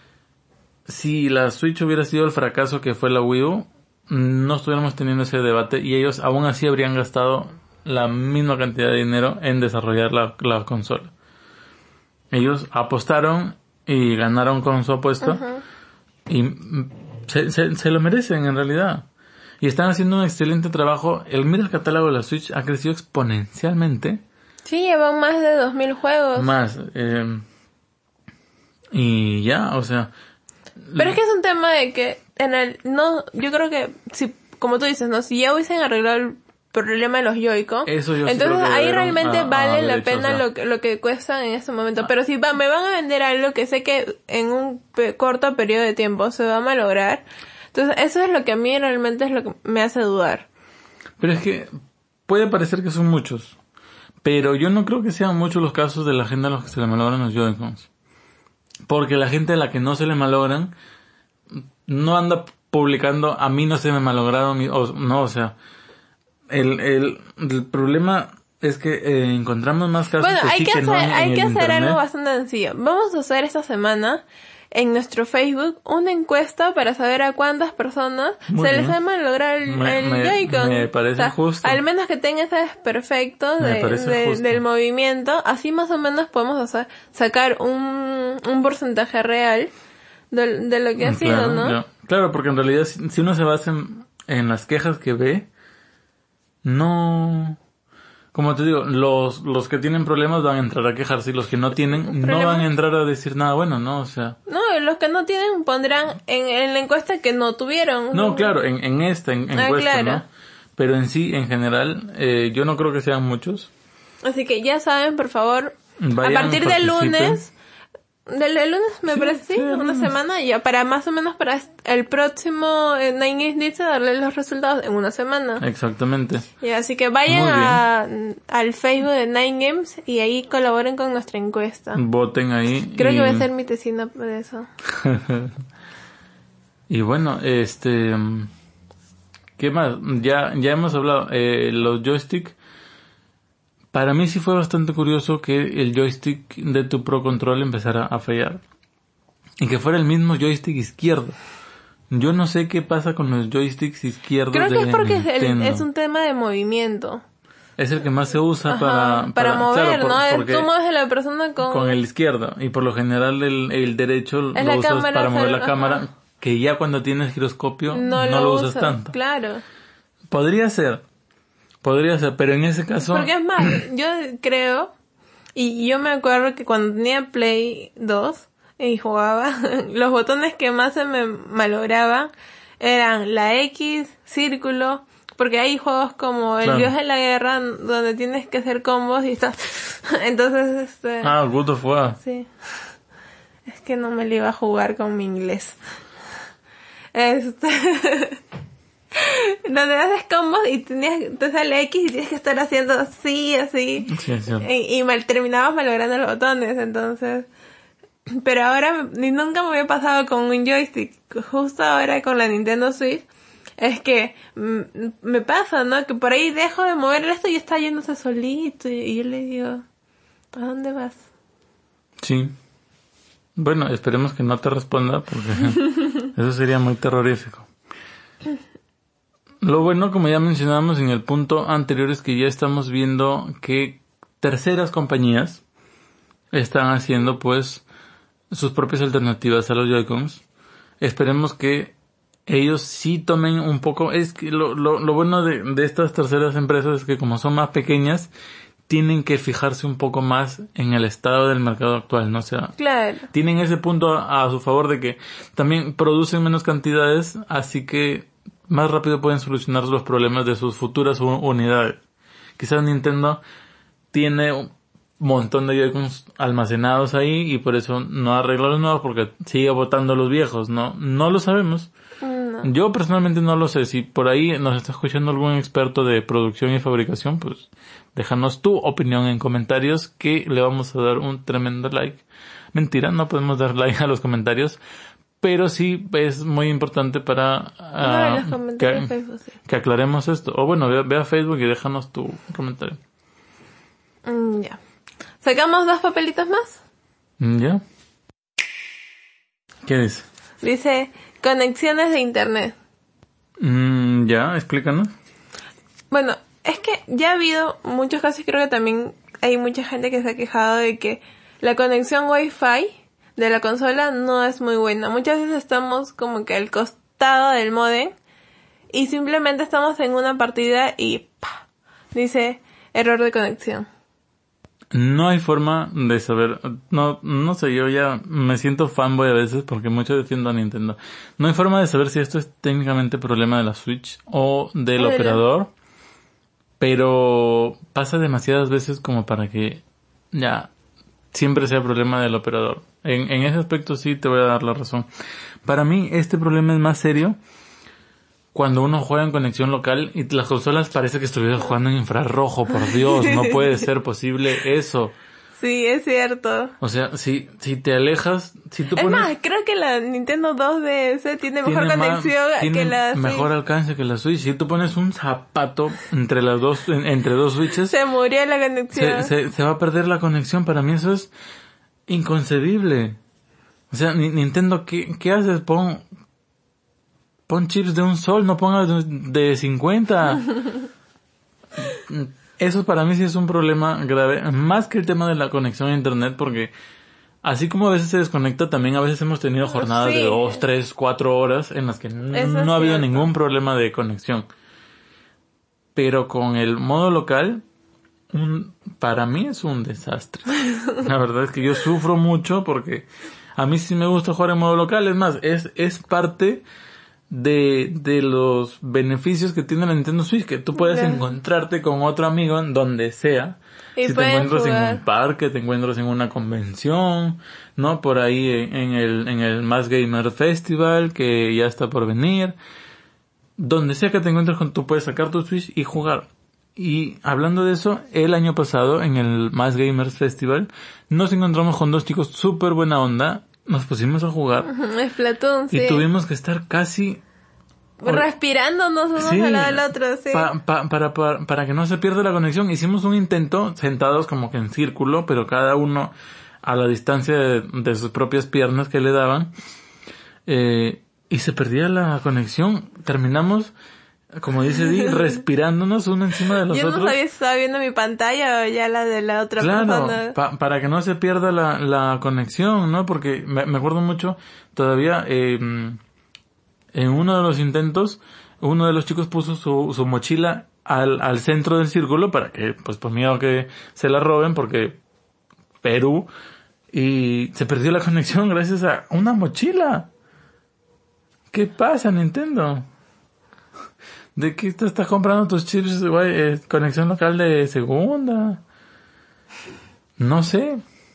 si la Switch hubiera sido el fracaso que fue la Wii U, no estuviéramos teniendo ese debate y ellos aún así habrían gastado la misma cantidad de dinero en desarrollar la, la consola. Ellos apostaron y ganaron con su apuesta uh-huh. y se, se, se lo merecen en realidad. Y están haciendo un excelente trabajo. El mira el catálogo de la Switch ha crecido exponencialmente. Sí, llevan más de dos mil juegos. Más. Eh, y ya, o sea... Pero es que es un tema de que en el no yo creo que si como tú dices, no, si ya hubiesen arreglado el problema de los Joy-Con, entonces ahí realmente a, vale a la pena hecho, o sea, lo que lo que cuestan en este momento. Ah, pero si va, me van a vender algo que sé que en un pe- corto periodo de tiempo se va a malograr, entonces eso es lo que a mí realmente es lo que me hace dudar. Pero es que puede parecer que son muchos, pero yo no creo que sean muchos los casos de la gente a los que se le malogran los Joy-Cons. Porque la gente a la que no se le malogran no anda publicando a mí no se me malograron o no, o sea, el el, el problema es que eh, encontramos más casos bueno, que hay sí que, que hacer, no en, hay en que el hacer internet. Algo bastante sencillo. Vamos a hacer esta semana en nuestro Facebook una encuesta para saber a cuántas personas Muy se bien. les ha malogrado el, me, el me, Joy-Con. Me parece o sea, justo. Al menos que tenga ese desperfecto de, de, justo. del movimiento, así más o menos podemos hacer, sacar un, un porcentaje real de, de lo que ha claro, sido, ¿no? Claro. claro, porque en realidad si, si uno se basa en, en las quejas que ve, no... Como te digo, los los que tienen problemas van a entrar a quejarse y los que no tienen no van a entrar a decir nada bueno, ¿no? O sea... No, los que no tienen pondrán en, en la encuesta que no tuvieron. No, claro, en, en esta en, ah, encuesta, claro. ¿no? Pero en sí, en general, eh, yo no creo que sean muchos. Así que ya saben, por favor, Vayan, a partir del lunes... Del lunes me sí, parece, sí, sí una lunes. semana, ya para más o menos para el próximo eh, Nine Games dice darle los resultados en una semana. Exactamente. Y así que vayan a, al Facebook de Nine Games y ahí colaboren con nuestra encuesta. Voten ahí. Creo y... que voy a hacer mi tesina por eso. Y bueno, este, ¿qué más? Ya, ya hemos hablado, eh, los joystick. Para mí sí fue bastante curioso que el joystick de tu Pro Control empezara a fallar. Y que fuera el mismo joystick izquierdo. Yo no sé qué pasa con los joysticks izquierdos. Creo que de es porque Nintendo. es, el, es un tema de movimiento. Es el que más se usa Ajá, para, para... Para mover, claro, ¿no? Tú mueves a la persona con... Con el izquierdo. Y por lo general el, el derecho es lo usas cámara, para mover la ajá. cámara. Que ya cuando tienes giroscopio no, no lo, lo usas usa, tanto. Claro. Podría ser. Podría ser, pero en ese caso... Porque es más, yo creo, y yo me acuerdo que cuando tenía Play dos y jugaba, los botones que más se me malograban eran la X, círculo, porque hay juegos como El Claro. Dios de la Guerra donde tienes que hacer combos y estás... Entonces, este... Ah, God of War. Sí. Es que no me lo iba a jugar con mi inglés. Este... donde haces combos y tenías, te sale X y tienes que estar haciendo así, así. Sí, es cierto. Y, y mal, terminabas malogrando los botones, entonces... Pero ahora, ni nunca me había pasado con un joystick. Justo ahora con la Nintendo Switch, es que mm, me pasa, ¿no? Que por ahí dejo de mover esto y está yéndose solito. Y, y yo le digo, ¿a dónde vas? Sí. Bueno, esperemos que no te responda porque eso sería muy terrorífico. Lo bueno, como ya mencionábamos en el punto anterior, es que ya estamos viendo que terceras compañías están haciendo pues sus propias alternativas a los Joy-Cons. Esperemos que ellos sí tomen un poco... Es que lo, lo, lo bueno de, de estas terceras empresas es que como son más pequeñas, tienen que fijarse un poco más en el estado del mercado actual, ¿no? O sea, Claro. tienen ese punto a, a su favor de que también producen menos cantidades, así que más rápido pueden solucionar los problemas de sus futuras u- unidades. Quizás Nintendo tiene un montón de Joy-Cons almacenados ahí y por eso no arregla los nuevos porque sigue botando los viejos, ¿no? No lo sabemos. No. Yo personalmente no lo sé. Si por ahí nos está escuchando algún experto de producción y fabricación, pues déjanos tu opinión en comentarios que le vamos a dar un tremendo like. Mentira, no podemos dar like a los comentarios, pero sí es muy importante para No, uh, en los comentarios que, de Facebook, sí. que aclaremos esto. O bueno, ve, ve a Facebook y déjanos tu comentario. Mm, ya. ¿Sacamos dos papelitos más? ¿Ya? ¿Qué dice? Dice, conexiones de internet. Mm, ya, explícanos. Bueno, es que ya ha habido muchos casos, creo que también hay mucha gente que se ha quejado de que la conexión Wi-Fi de la consola no es muy buena. Muchas veces estamos como que al costado del módem y simplemente estamos en una partida y ¡pah! Dice error de conexión. No hay forma de saber, no, no sé, yo ya me siento fanboy a veces porque mucho defiendo a Nintendo. No hay forma de saber si esto es técnicamente problema de la Switch o del Hola. operador, pero pasa demasiadas veces como para que ya siempre sea problema del operador. En, en ese aspecto sí te voy a dar la razón. Para mí este problema es más serio cuando uno juega en conexión local y las consolas parece que estuvieras jugando en infrarrojo, por Dios, no puede ser posible eso. Sí, es cierto. O sea, si, si te alejas, si tú Es pones... más, creo que la Nintendo dos D S tiene mejor tiene más- conexión tiene que la Switch. mejor alcance que la Switch. Si tú pones un zapato entre las dos, en- entre dos Switches, Se murió la conexión. se, se, se va a perder la conexión. Para mí eso es inconcebible. O sea, Ni- Nintendo, ¿qué, qué haces? Pon, pon chips de un sol, no pongas de, de cincuenta. Eso para mí sí es un problema grave, más que el tema de la conexión a internet, porque así como a veces se desconecta, también a veces hemos tenido jornadas Sí. de dos, tres, cuatro horas en las que n- Eso es no ha habido cierto. ningún problema de conexión. Pero con el modo local, un, para mí es un desastre. La verdad es que yo sufro mucho porque a mí sí me gusta jugar en modo local. Es más, es, es parte de, de los beneficios que tiene la Nintendo Switch, que tú puedes Claro. encontrarte con otro amigo en donde sea. Y Si te pueden encuentras en jugar. un parque, te encuentras en una convención, ¿no? Por ahí en, en el, en el Mass Gamer Festival, que ya está por venir. Donde sea que te encuentres con, tú puedes sacar tu Switch y jugar. Y hablando de eso, el año pasado, en el Mass Gamers Festival, nos encontramos con dos chicos súper buena onda, nos pusimos a jugar, Es Splatoon, sí. y tuvimos que estar casi... Respirándonos unos Sí, al lado del otro, sí. pa- pa- para, para, para que no se pierda la conexión. Hicimos un intento, sentados como que en círculo, pero cada uno a la distancia de, de sus propias piernas que le daban, eh, y se perdía la conexión. Terminamos, como dice Di, respirándonos uno encima de los Yo no otros. sabía si estaba viendo mi pantalla o ya la de la otra Claro, persona. pa- para que no se pierda la, la conexión, ¿no? Porque me, me acuerdo mucho, todavía, eh, en uno de los intentos, uno de los chicos puso su, su mochila al, al centro del círculo para que, pues por miedo que se la roben, porque Perú, y se perdió la conexión gracias a una mochila. ¿Qué pasa, Nintendo? ¿De qué te estás comprando tus chips, güey? Eh, conexión local de segunda. No sé.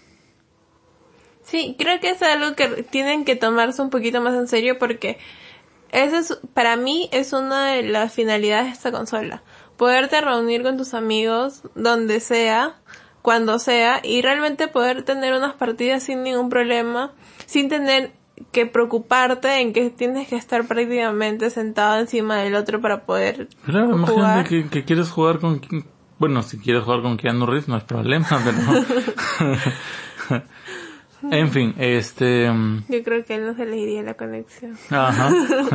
Sí, creo que es algo que tienen que tomarse un poquito más en serio porque eso es, para mí es una de las finalidades de esta consola. Poderte reunir con tus amigos donde sea, cuando sea, y realmente poder tener unas partidas sin ningún problema, sin tener que preocuparte en que tienes que estar prácticamente sentado encima del otro para poder claro, jugar. Imagínate que, que quieres jugar con... Bueno, si quieres jugar con Keanu Reeves no es problema, pero... En fin, este... Yo creo que a él no se le iría la conexión. Ajá.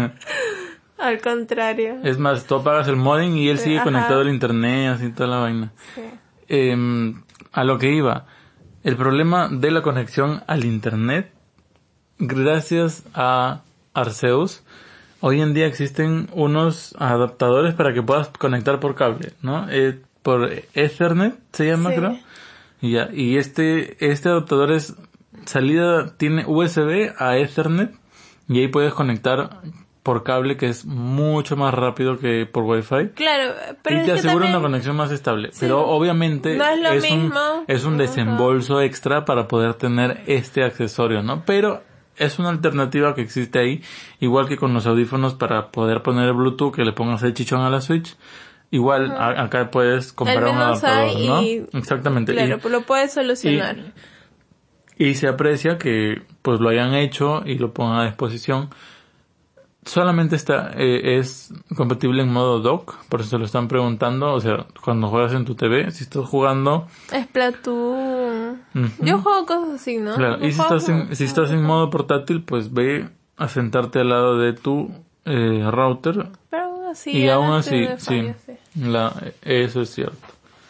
Al contrario. Es más, tú apagas el modem y él sigue Ajá. conectado al internet, así toda la vaina. Sí. Eh, a lo que iba, el problema de la conexión al internet, gracias a Arceus, hoy en día existen unos adaptadores para que puedas conectar por cable, ¿no? Eh, por Ethernet se llama, Sí. creo. Y ya, y este, este adaptador es salida, tiene U S B a Ethernet y ahí puedes conectar por cable, que es mucho más rápido que por Wi-Fi. Claro, pero y es te que asegura también... una conexión más estable. Sí. Pero obviamente No es lo es, un, mismo. es un desembolso extra para poder tener este accesorio, ¿no? Pero es una alternativa que existe ahí, igual que con los audífonos para poder poner el Bluetooth, que le pongas el chichón a la Switch. Igual Ujú. a- acá puedes comprar Al un menos adaptador, hay ¿no? y- Exactamente. Claro, Y- pues lo puedes solucionar. y, y se aprecia que pues lo hayan hecho y lo pongan a disposición. Solamente está eh, es compatible en modo dock, por eso se lo están preguntando. O sea, cuando juegas en tu T V, si estás jugando... Splatoon. Ujú. Yo juego cosas así, ¿no? Claro, Yo y si juego estás en, como- si estás en modo portátil, pues ve a sentarte al lado de tu eh, router. Pero aún así... Y ya aún no así, tiene sí, fallo, sí. la, eso es cierto.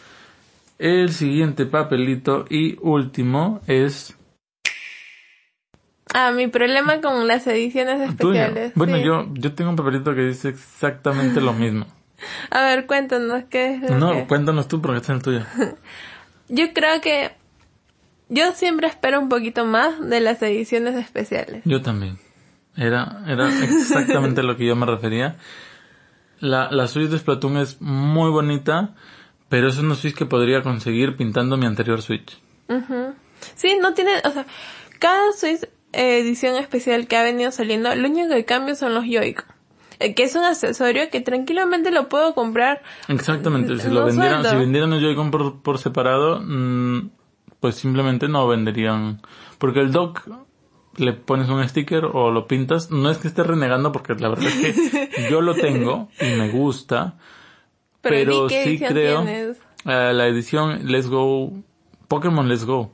El siguiente papelito y último es Ah, mi problema con las ediciones tuyo. especiales. Bueno, sí. yo yo tengo un papelito que dice exactamente lo mismo. A ver, cuéntanos qué es lo No, que... cuéntanos tú porque está en el tuyo. Yo creo que... Yo siempre espero un poquito más de las ediciones especiales. Yo también. Era era exactamente lo que yo me refería. La la Switch de Splatoon es muy bonita, pero es una Switch que podría conseguir pintando mi anterior Switch. Ujú. Sí, no tiene... O sea, cada Switch eh, edición especial que ha venido saliendo, lo único que cambia son los Joy-Con. Eh, que es un accesorio que tranquilamente lo puedo comprar. Exactamente, si No lo vendieran, sueldo. si vendieran el Joy-Con por, por separado, mmm, pues simplemente no venderían, porque el dock le pones un sticker o lo pintas, no es que esté renegando porque la verdad es que yo lo tengo y me gusta, Pero, pero di qué sí edición creo, tienes. eh, la edición Let's Go, Pokémon Let's Go.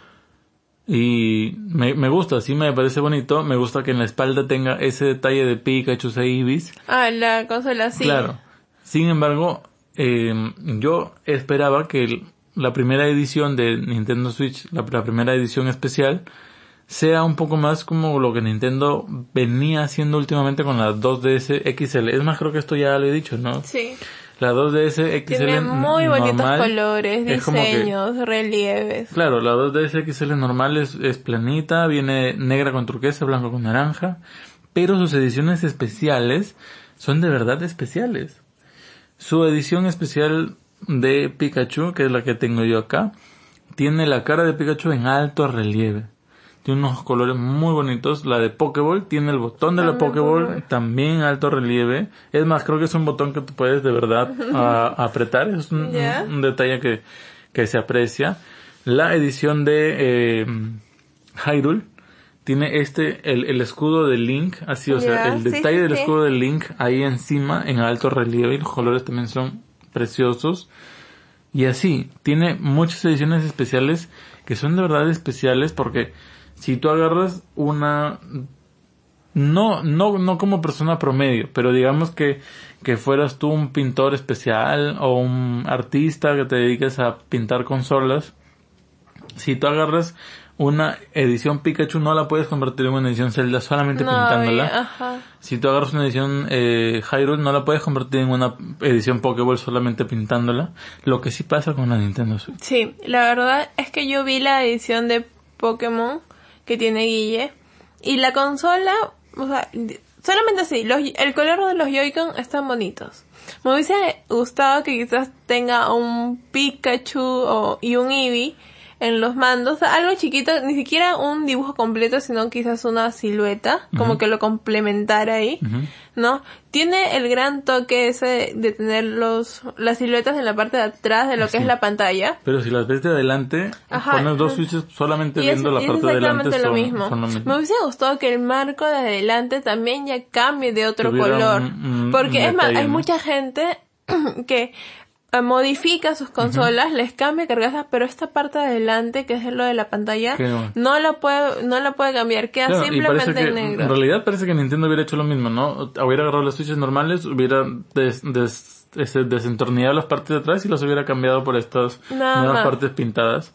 Y me, me gusta, sí me parece bonito, me gusta que en la espalda tenga ese detalle de Pikachu e Eevee. Ah, la consola sí. Claro. Sin embargo, eh, yo esperaba que el- la primera edición de Nintendo Switch, la, la primera edición especial, sea un poco más como lo que Nintendo venía haciendo últimamente con la dos D S X L. Es más, creo que esto ya lo he dicho, ¿no? Sí. La dos D S X L Tiene muy bonitos normal colores, es como que- diseños, relieves. Claro, la dos D S X L normal es, es planita, viene negra con turquesa, blanco con naranja, pero sus ediciones especiales son de verdad especiales. Su edición especial de Pikachu, que es la que tengo yo acá, tiene la cara de Pikachu en alto relieve. Tiene unos colores muy bonitos. La de Pokéball tiene el botón de la También Pokéball Pokéball. también en alto relieve. Es más, creo que es un botón que tú puedes de verdad a- apretar. Es un, Ya. un detalle que, que se aprecia. La edición de eh, Hyrule tiene este, el, el escudo de Link, así, o sea, Ya, el sí, detalle sí, del sí. escudo de Link ahí encima en alto relieve y los colores también son preciosos. Y así, tiene muchas ediciones especiales que son de verdad especiales porque si tú agarras una, no, no, no como persona promedio, pero digamos que, que fueras tú un pintor especial o un artista que te dediques a pintar consolas Si tú agarras una edición Pikachu, no la puedes convertir en una edición Zelda solamente no, pintándola. Ajá. Si tú agarras una edición eh, Hyrule, no la puedes convertir en una edición Pokéball solamente pintándola. Lo que sí pasa con la Nintendo Switch. Sí, la verdad es que yo vi la edición de Pokémon que tiene Guille. Y la consola, o sea, solamente así, los, el color de los Joy-Con están bonitos. Me hubiese gustado que quizás tenga un Pikachu o, y un Eevee en los mandos, o sea, algo chiquito, ni siquiera un dibujo completo, sino quizás una silueta, uh-huh. como que lo complementara ahí, uh-huh. ¿no? Tiene el gran toque ese de, de tener los las siluetas en la parte de atrás de lo sí. que es la pantalla. Pero si las ves de adelante, Ajá. pones dos switches solamente y viendo es, la parte de adelante. Son, lo mismo. Son lo mismo. Me hubiese gustado que el marco de adelante también ya cambie de otro Tuviera color. Un, un, porque un es más, hay ¿no? mucha gente que modifica sus consolas, uh-huh. les cambia carcasas, pero esta parte de adelante, que es lo de la pantalla, no. no la puede no la puede cambiar, queda claro, simplemente en negro. En realidad parece que Nintendo hubiera hecho lo mismo, ¿no? Hubiera agarrado las switches normales, hubiera des, des, des, desentornillado las partes de atrás y las hubiera cambiado por estas Nada nuevas más. partes pintadas.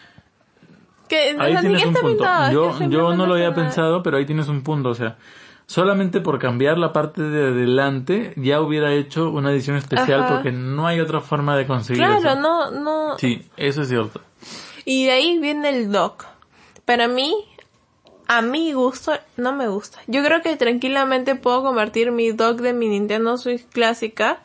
Que, ahí o sea, tienes un punto. Pintado, yo yo no lo había nada. pensado, pero ahí tienes un punto, o sea, solamente por cambiar la parte de adelante ya hubiera hecho una edición especial Ajá. porque no hay otra forma de conseguir claro, eso. Claro, no, no. Sí, eso es cierto. Y de ahí viene el dock. Para mí, a mi gusto, no me gusta. Yo creo que tranquilamente puedo convertir mi dock de mi Nintendo Switch clásica,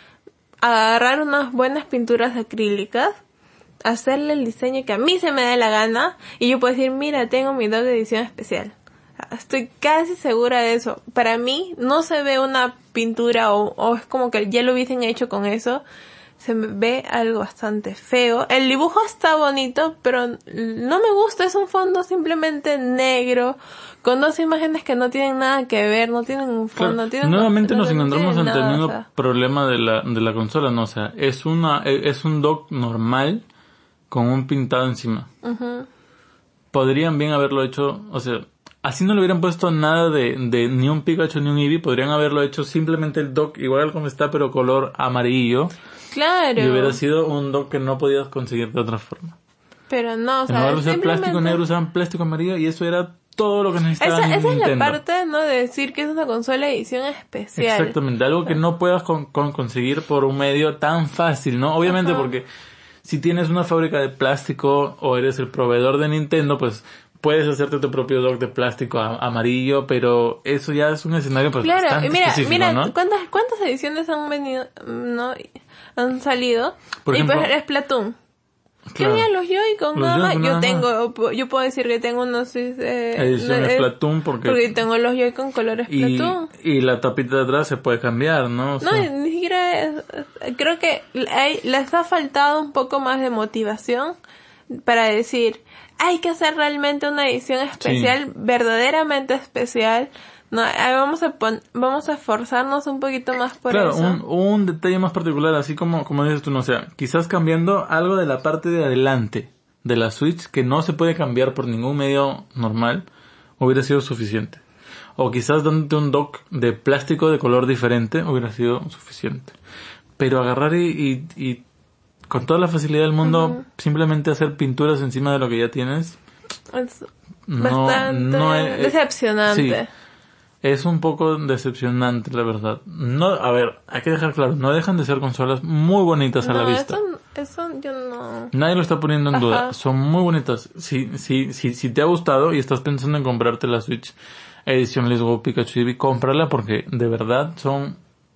agarrar unas buenas pinturas acrílicas, hacerle el diseño que a mí se me dé la gana, y yo puedo decir, mira, tengo mi dock de edición especial. Estoy casi segura de eso. Para mí no se ve una pintura o, o es como que ya lo hubiesen hecho con eso. Se ve algo bastante feo. El dibujo está bonito, pero no me gusta. Es un fondo simplemente negro con dos imágenes que no tienen nada que ver, no tienen un fondo. Claro, tienen nuevamente no, nos encontramos no ante el mismo o sea. problema de la de la consola, ¿no? O sea, es una es un dock normal con un pintado encima. Uh-huh. Podrían bien haberlo hecho, o sea, así no le hubieran puesto nada de, de ni un Pikachu ni un Eevee, podrían haberlo hecho simplemente el dock igual como está, pero color amarillo. Claro. Y hubiera sido un dock que no podías conseguir de otra forma. Pero no, o sea, en lugar de usar simplemente... plástico negro, usaban plástico amarillo y eso era todo lo que necesitaban. Esa, esa Nintendo. es la parte, ¿no? De decir que es una consola de edición especial. Exactamente, algo que no puedas con, con conseguir por un medio tan fácil, ¿no? Obviamente Ajá. porque si tienes una fábrica de plástico o eres el proveedor de Nintendo, pues puedes hacerte tu propio dock de plástico a, amarillo, pero eso ya es un escenario pues claro, bastante mira, específico, mira, ¿no? ¿cuántas, cuántas ediciones han venido, no, han salido? Por ejemplo, y pues es Splatoon. Claro. ¿Qué había los Joy-Con? Nada más. Yo tengo, más. yo puedo decir que tengo unos, eh, edición eh, Splatoon porque... Porque tengo los Joy-Con color Splatoon. Y, y la tapita de atrás se puede cambiar, ¿no? O sea, no, ni siquiera, es, creo que hay, les ha faltado un poco más de motivación para decir, hay que hacer realmente una edición especial, sí. verdaderamente especial. No, vamos a pon, vamos a esforzarnos un poquito más por claro, eso. Claro, un, un detalle más particular, así como, como dices tú, no, o sea, quizás cambiando algo de la parte de adelante de la Switch que no se puede cambiar por ningún medio normal, hubiera sido suficiente. O quizás dándote un dock de plástico de color diferente hubiera sido suficiente. Pero agarrar y, y, y con toda la facilidad del mundo, uh-huh. simplemente hacer pinturas encima de lo que ya tienes, es no, bastante no es, decepcionante. Sí, es un poco decepcionante, la verdad. No, a ver, hay que dejar claro, no dejan de ser consolas muy bonitas a no, la vista. Eso, eso yo no... Nadie lo está poniendo en Ajá. duda. Son muy bonitas. Si, si, si, si te ha gustado y estás pensando en comprarte la Switch edición Let's Go Pikachu Eevee, cómprala porque de verdad son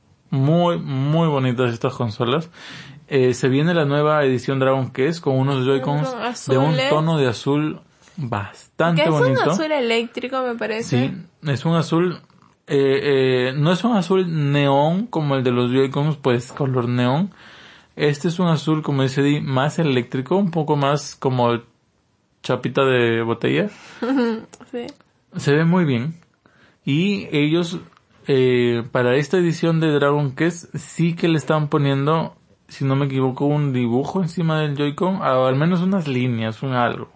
muy, muy bonitas estas consolas. Eh, se viene la nueva edición Dragon Quest con unos Joy-Cons de un tono de azul bastante que es bonito. Es un azul eléctrico, me parece. Sí, es un azul, eh, eh, no es un azul neón como el de los Joy-Cons, pues color neón. Este es un azul, como dice Di, más eléctrico, un poco más como chapita de botella. Sí. Se ve muy bien. Y ellos, eh, para esta edición de Dragon Quest, sí que le están poniendo, si no me equivoco, un dibujo encima del Joy-Con, o al menos unas líneas, un algo.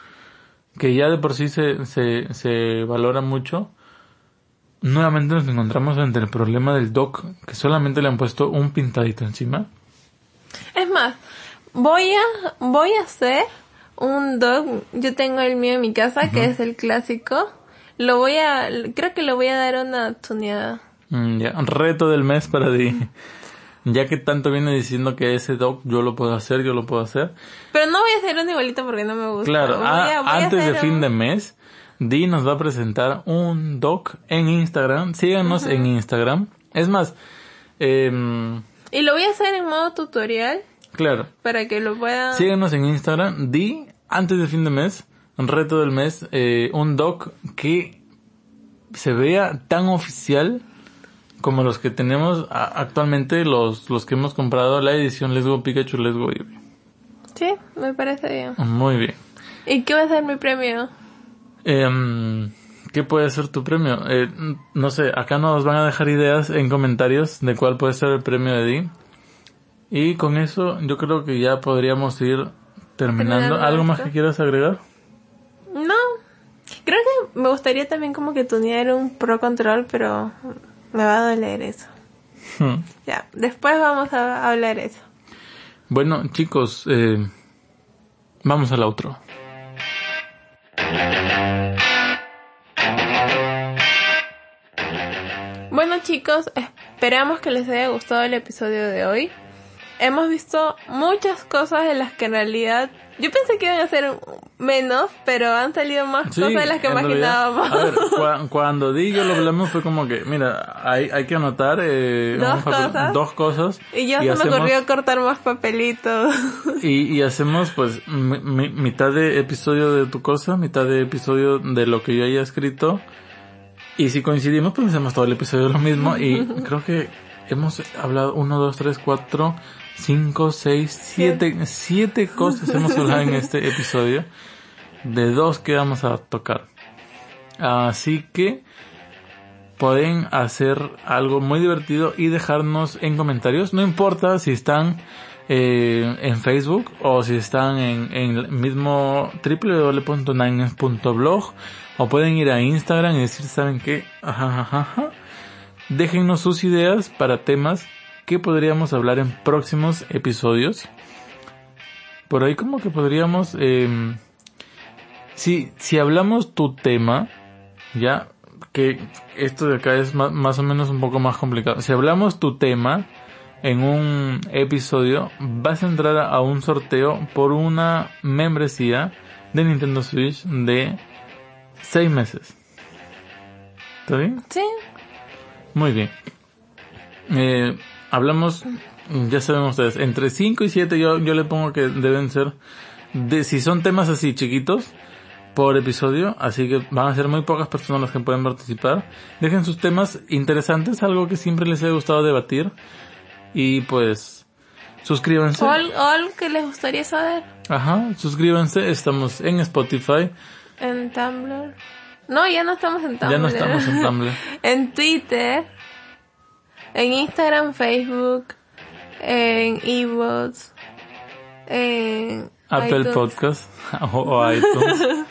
Que ya de por sí se, se, se valora mucho. Nuevamente nos encontramos ante el problema del dock, que solamente le han puesto un pintadito encima. Es más, voy a, voy a hacer un dock. Yo tengo el mío en mi casa, uh-huh. que es el clásico. Lo voy a, creo que le voy a dar una tuneada. Mm, ya, reto del mes para ti. Ya que tanto viene diciendo que ese doc yo lo puedo hacer, yo lo puedo hacer. Pero no voy a hacer un igualito porque no me gusta. Claro, voy a, a, voy antes a de un... fin de mes, Di nos va a presentar un doc en Instagram. Síganos uh-huh. en Instagram. Es más, eh, y lo voy a hacer en modo tutorial. Claro. Para que lo puedan... Síganos en Instagram. Di, antes de fin de mes, un reto del mes, eh, un doc que se vea tan oficial como los que tenemos a, actualmente, los los que hemos comprado la edición Let's Go Pikachu, Let's Go Eevee. Sí, me parece bien. Muy bien. ¿Y qué va a ser mi premio? Eh, ¿Qué puede ser tu premio? Eh, no sé, acá nos van a dejar ideas en comentarios de cuál puede ser el premio de Di. Y con eso yo creo que ya podríamos ir terminando. terminando ¿Algo esto? Más que quieras agregar? No. Creo que me gustaría también como que tunear un Pro Control, pero me va a doler eso. Hmm. Ya, después vamos a hablar eso. Bueno, chicos, eh, vamos al outro. Bueno, chicos, esperamos que les haya gustado el episodio de hoy. Hemos visto muchas cosas de las que en realidad yo pensé que iban a ser menos, pero han salido más sí, cosas de las que imaginábamos. A ver, cu- cuando Di y yo lo hablamos fue como que, mira, hay hay que anotar eh, dos, cosas. dos cosas. Y ya y se hacemos, me ocurrió cortar más papelitos. Y, y hacemos pues mi, mi, mitad de episodio de tu cosa, mitad de episodio de lo que yo haya escrito. Y si coincidimos, pues hacemos todo el episodio lo mismo. Y creo que hemos hablado uno, dos, tres, cuatro... Cinco, seis, siete, siete cosas hemos hablado en este episodio. De dos que vamos a tocar. Así que pueden hacer algo muy divertido y dejarnos en comentarios. No importa si están eh, en Facebook o si están en, en el mismo doble u doble u doble u punto nines punto blog, o pueden ir a Instagram y decir, ¿saben qué? Ajá, ajá, ajá. Déjennos sus ideas para temas que podríamos hablar en próximos episodios. Por ahí como que podríamos, eh, si, si hablamos tu tema, ya, que esto de acá es más, más o menos un poco más complicado. Si hablamos tu tema en un episodio, vas a entrar a un sorteo por una membresía de Nintendo Switch de seis meses. ¿Está bien? Sí. Muy bien. Eh, hablamos, ya saben ustedes, entre cinco y siete yo, yo le pongo que deben ser, de si son temas así chiquitos, por episodio, así que van a ser muy pocas personas las que pueden participar. Dejen sus temas interesantes, algo que siempre les haya gustado debatir, y pues, suscríbanse. O algo, o algo que les gustaría saber. Ajá, suscríbanse, estamos en Spotify. En Tumblr. No, ya no estamos en Tumblr. Ya no estamos en Tumblr. En Twitter. En Instagram, Facebook, en iVoox, en Apple iTunes. Podcast o, o iTunes.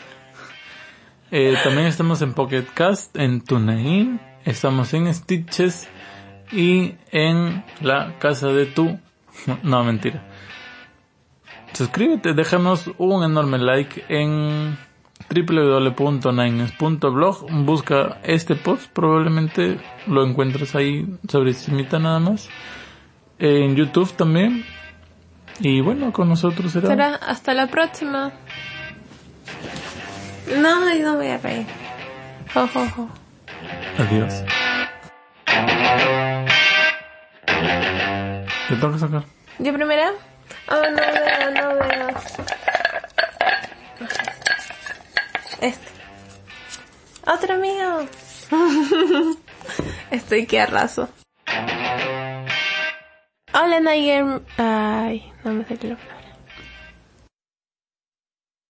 eh, también estamos en Pocket Cast, en TuneIn, estamos en Stitches y en la casa de tu... No, mentira. Suscríbete, déjanos un enorme like en doble u doble u doble u punto nines punto blog. Busca este post, probablemente lo encuentres ahí sobre cimita nada más. En YouTube también. Y bueno, con nosotros será. Será hasta la próxima. No, yo no voy a reír. Jo, jo, jo. Adiós. ¿Te toca sacar? ¿Yo primera? Oh, no veo, no veo. Este. Otro mío. Estoy que arraso. Hola, Niger. Ay, no me salió la palabra.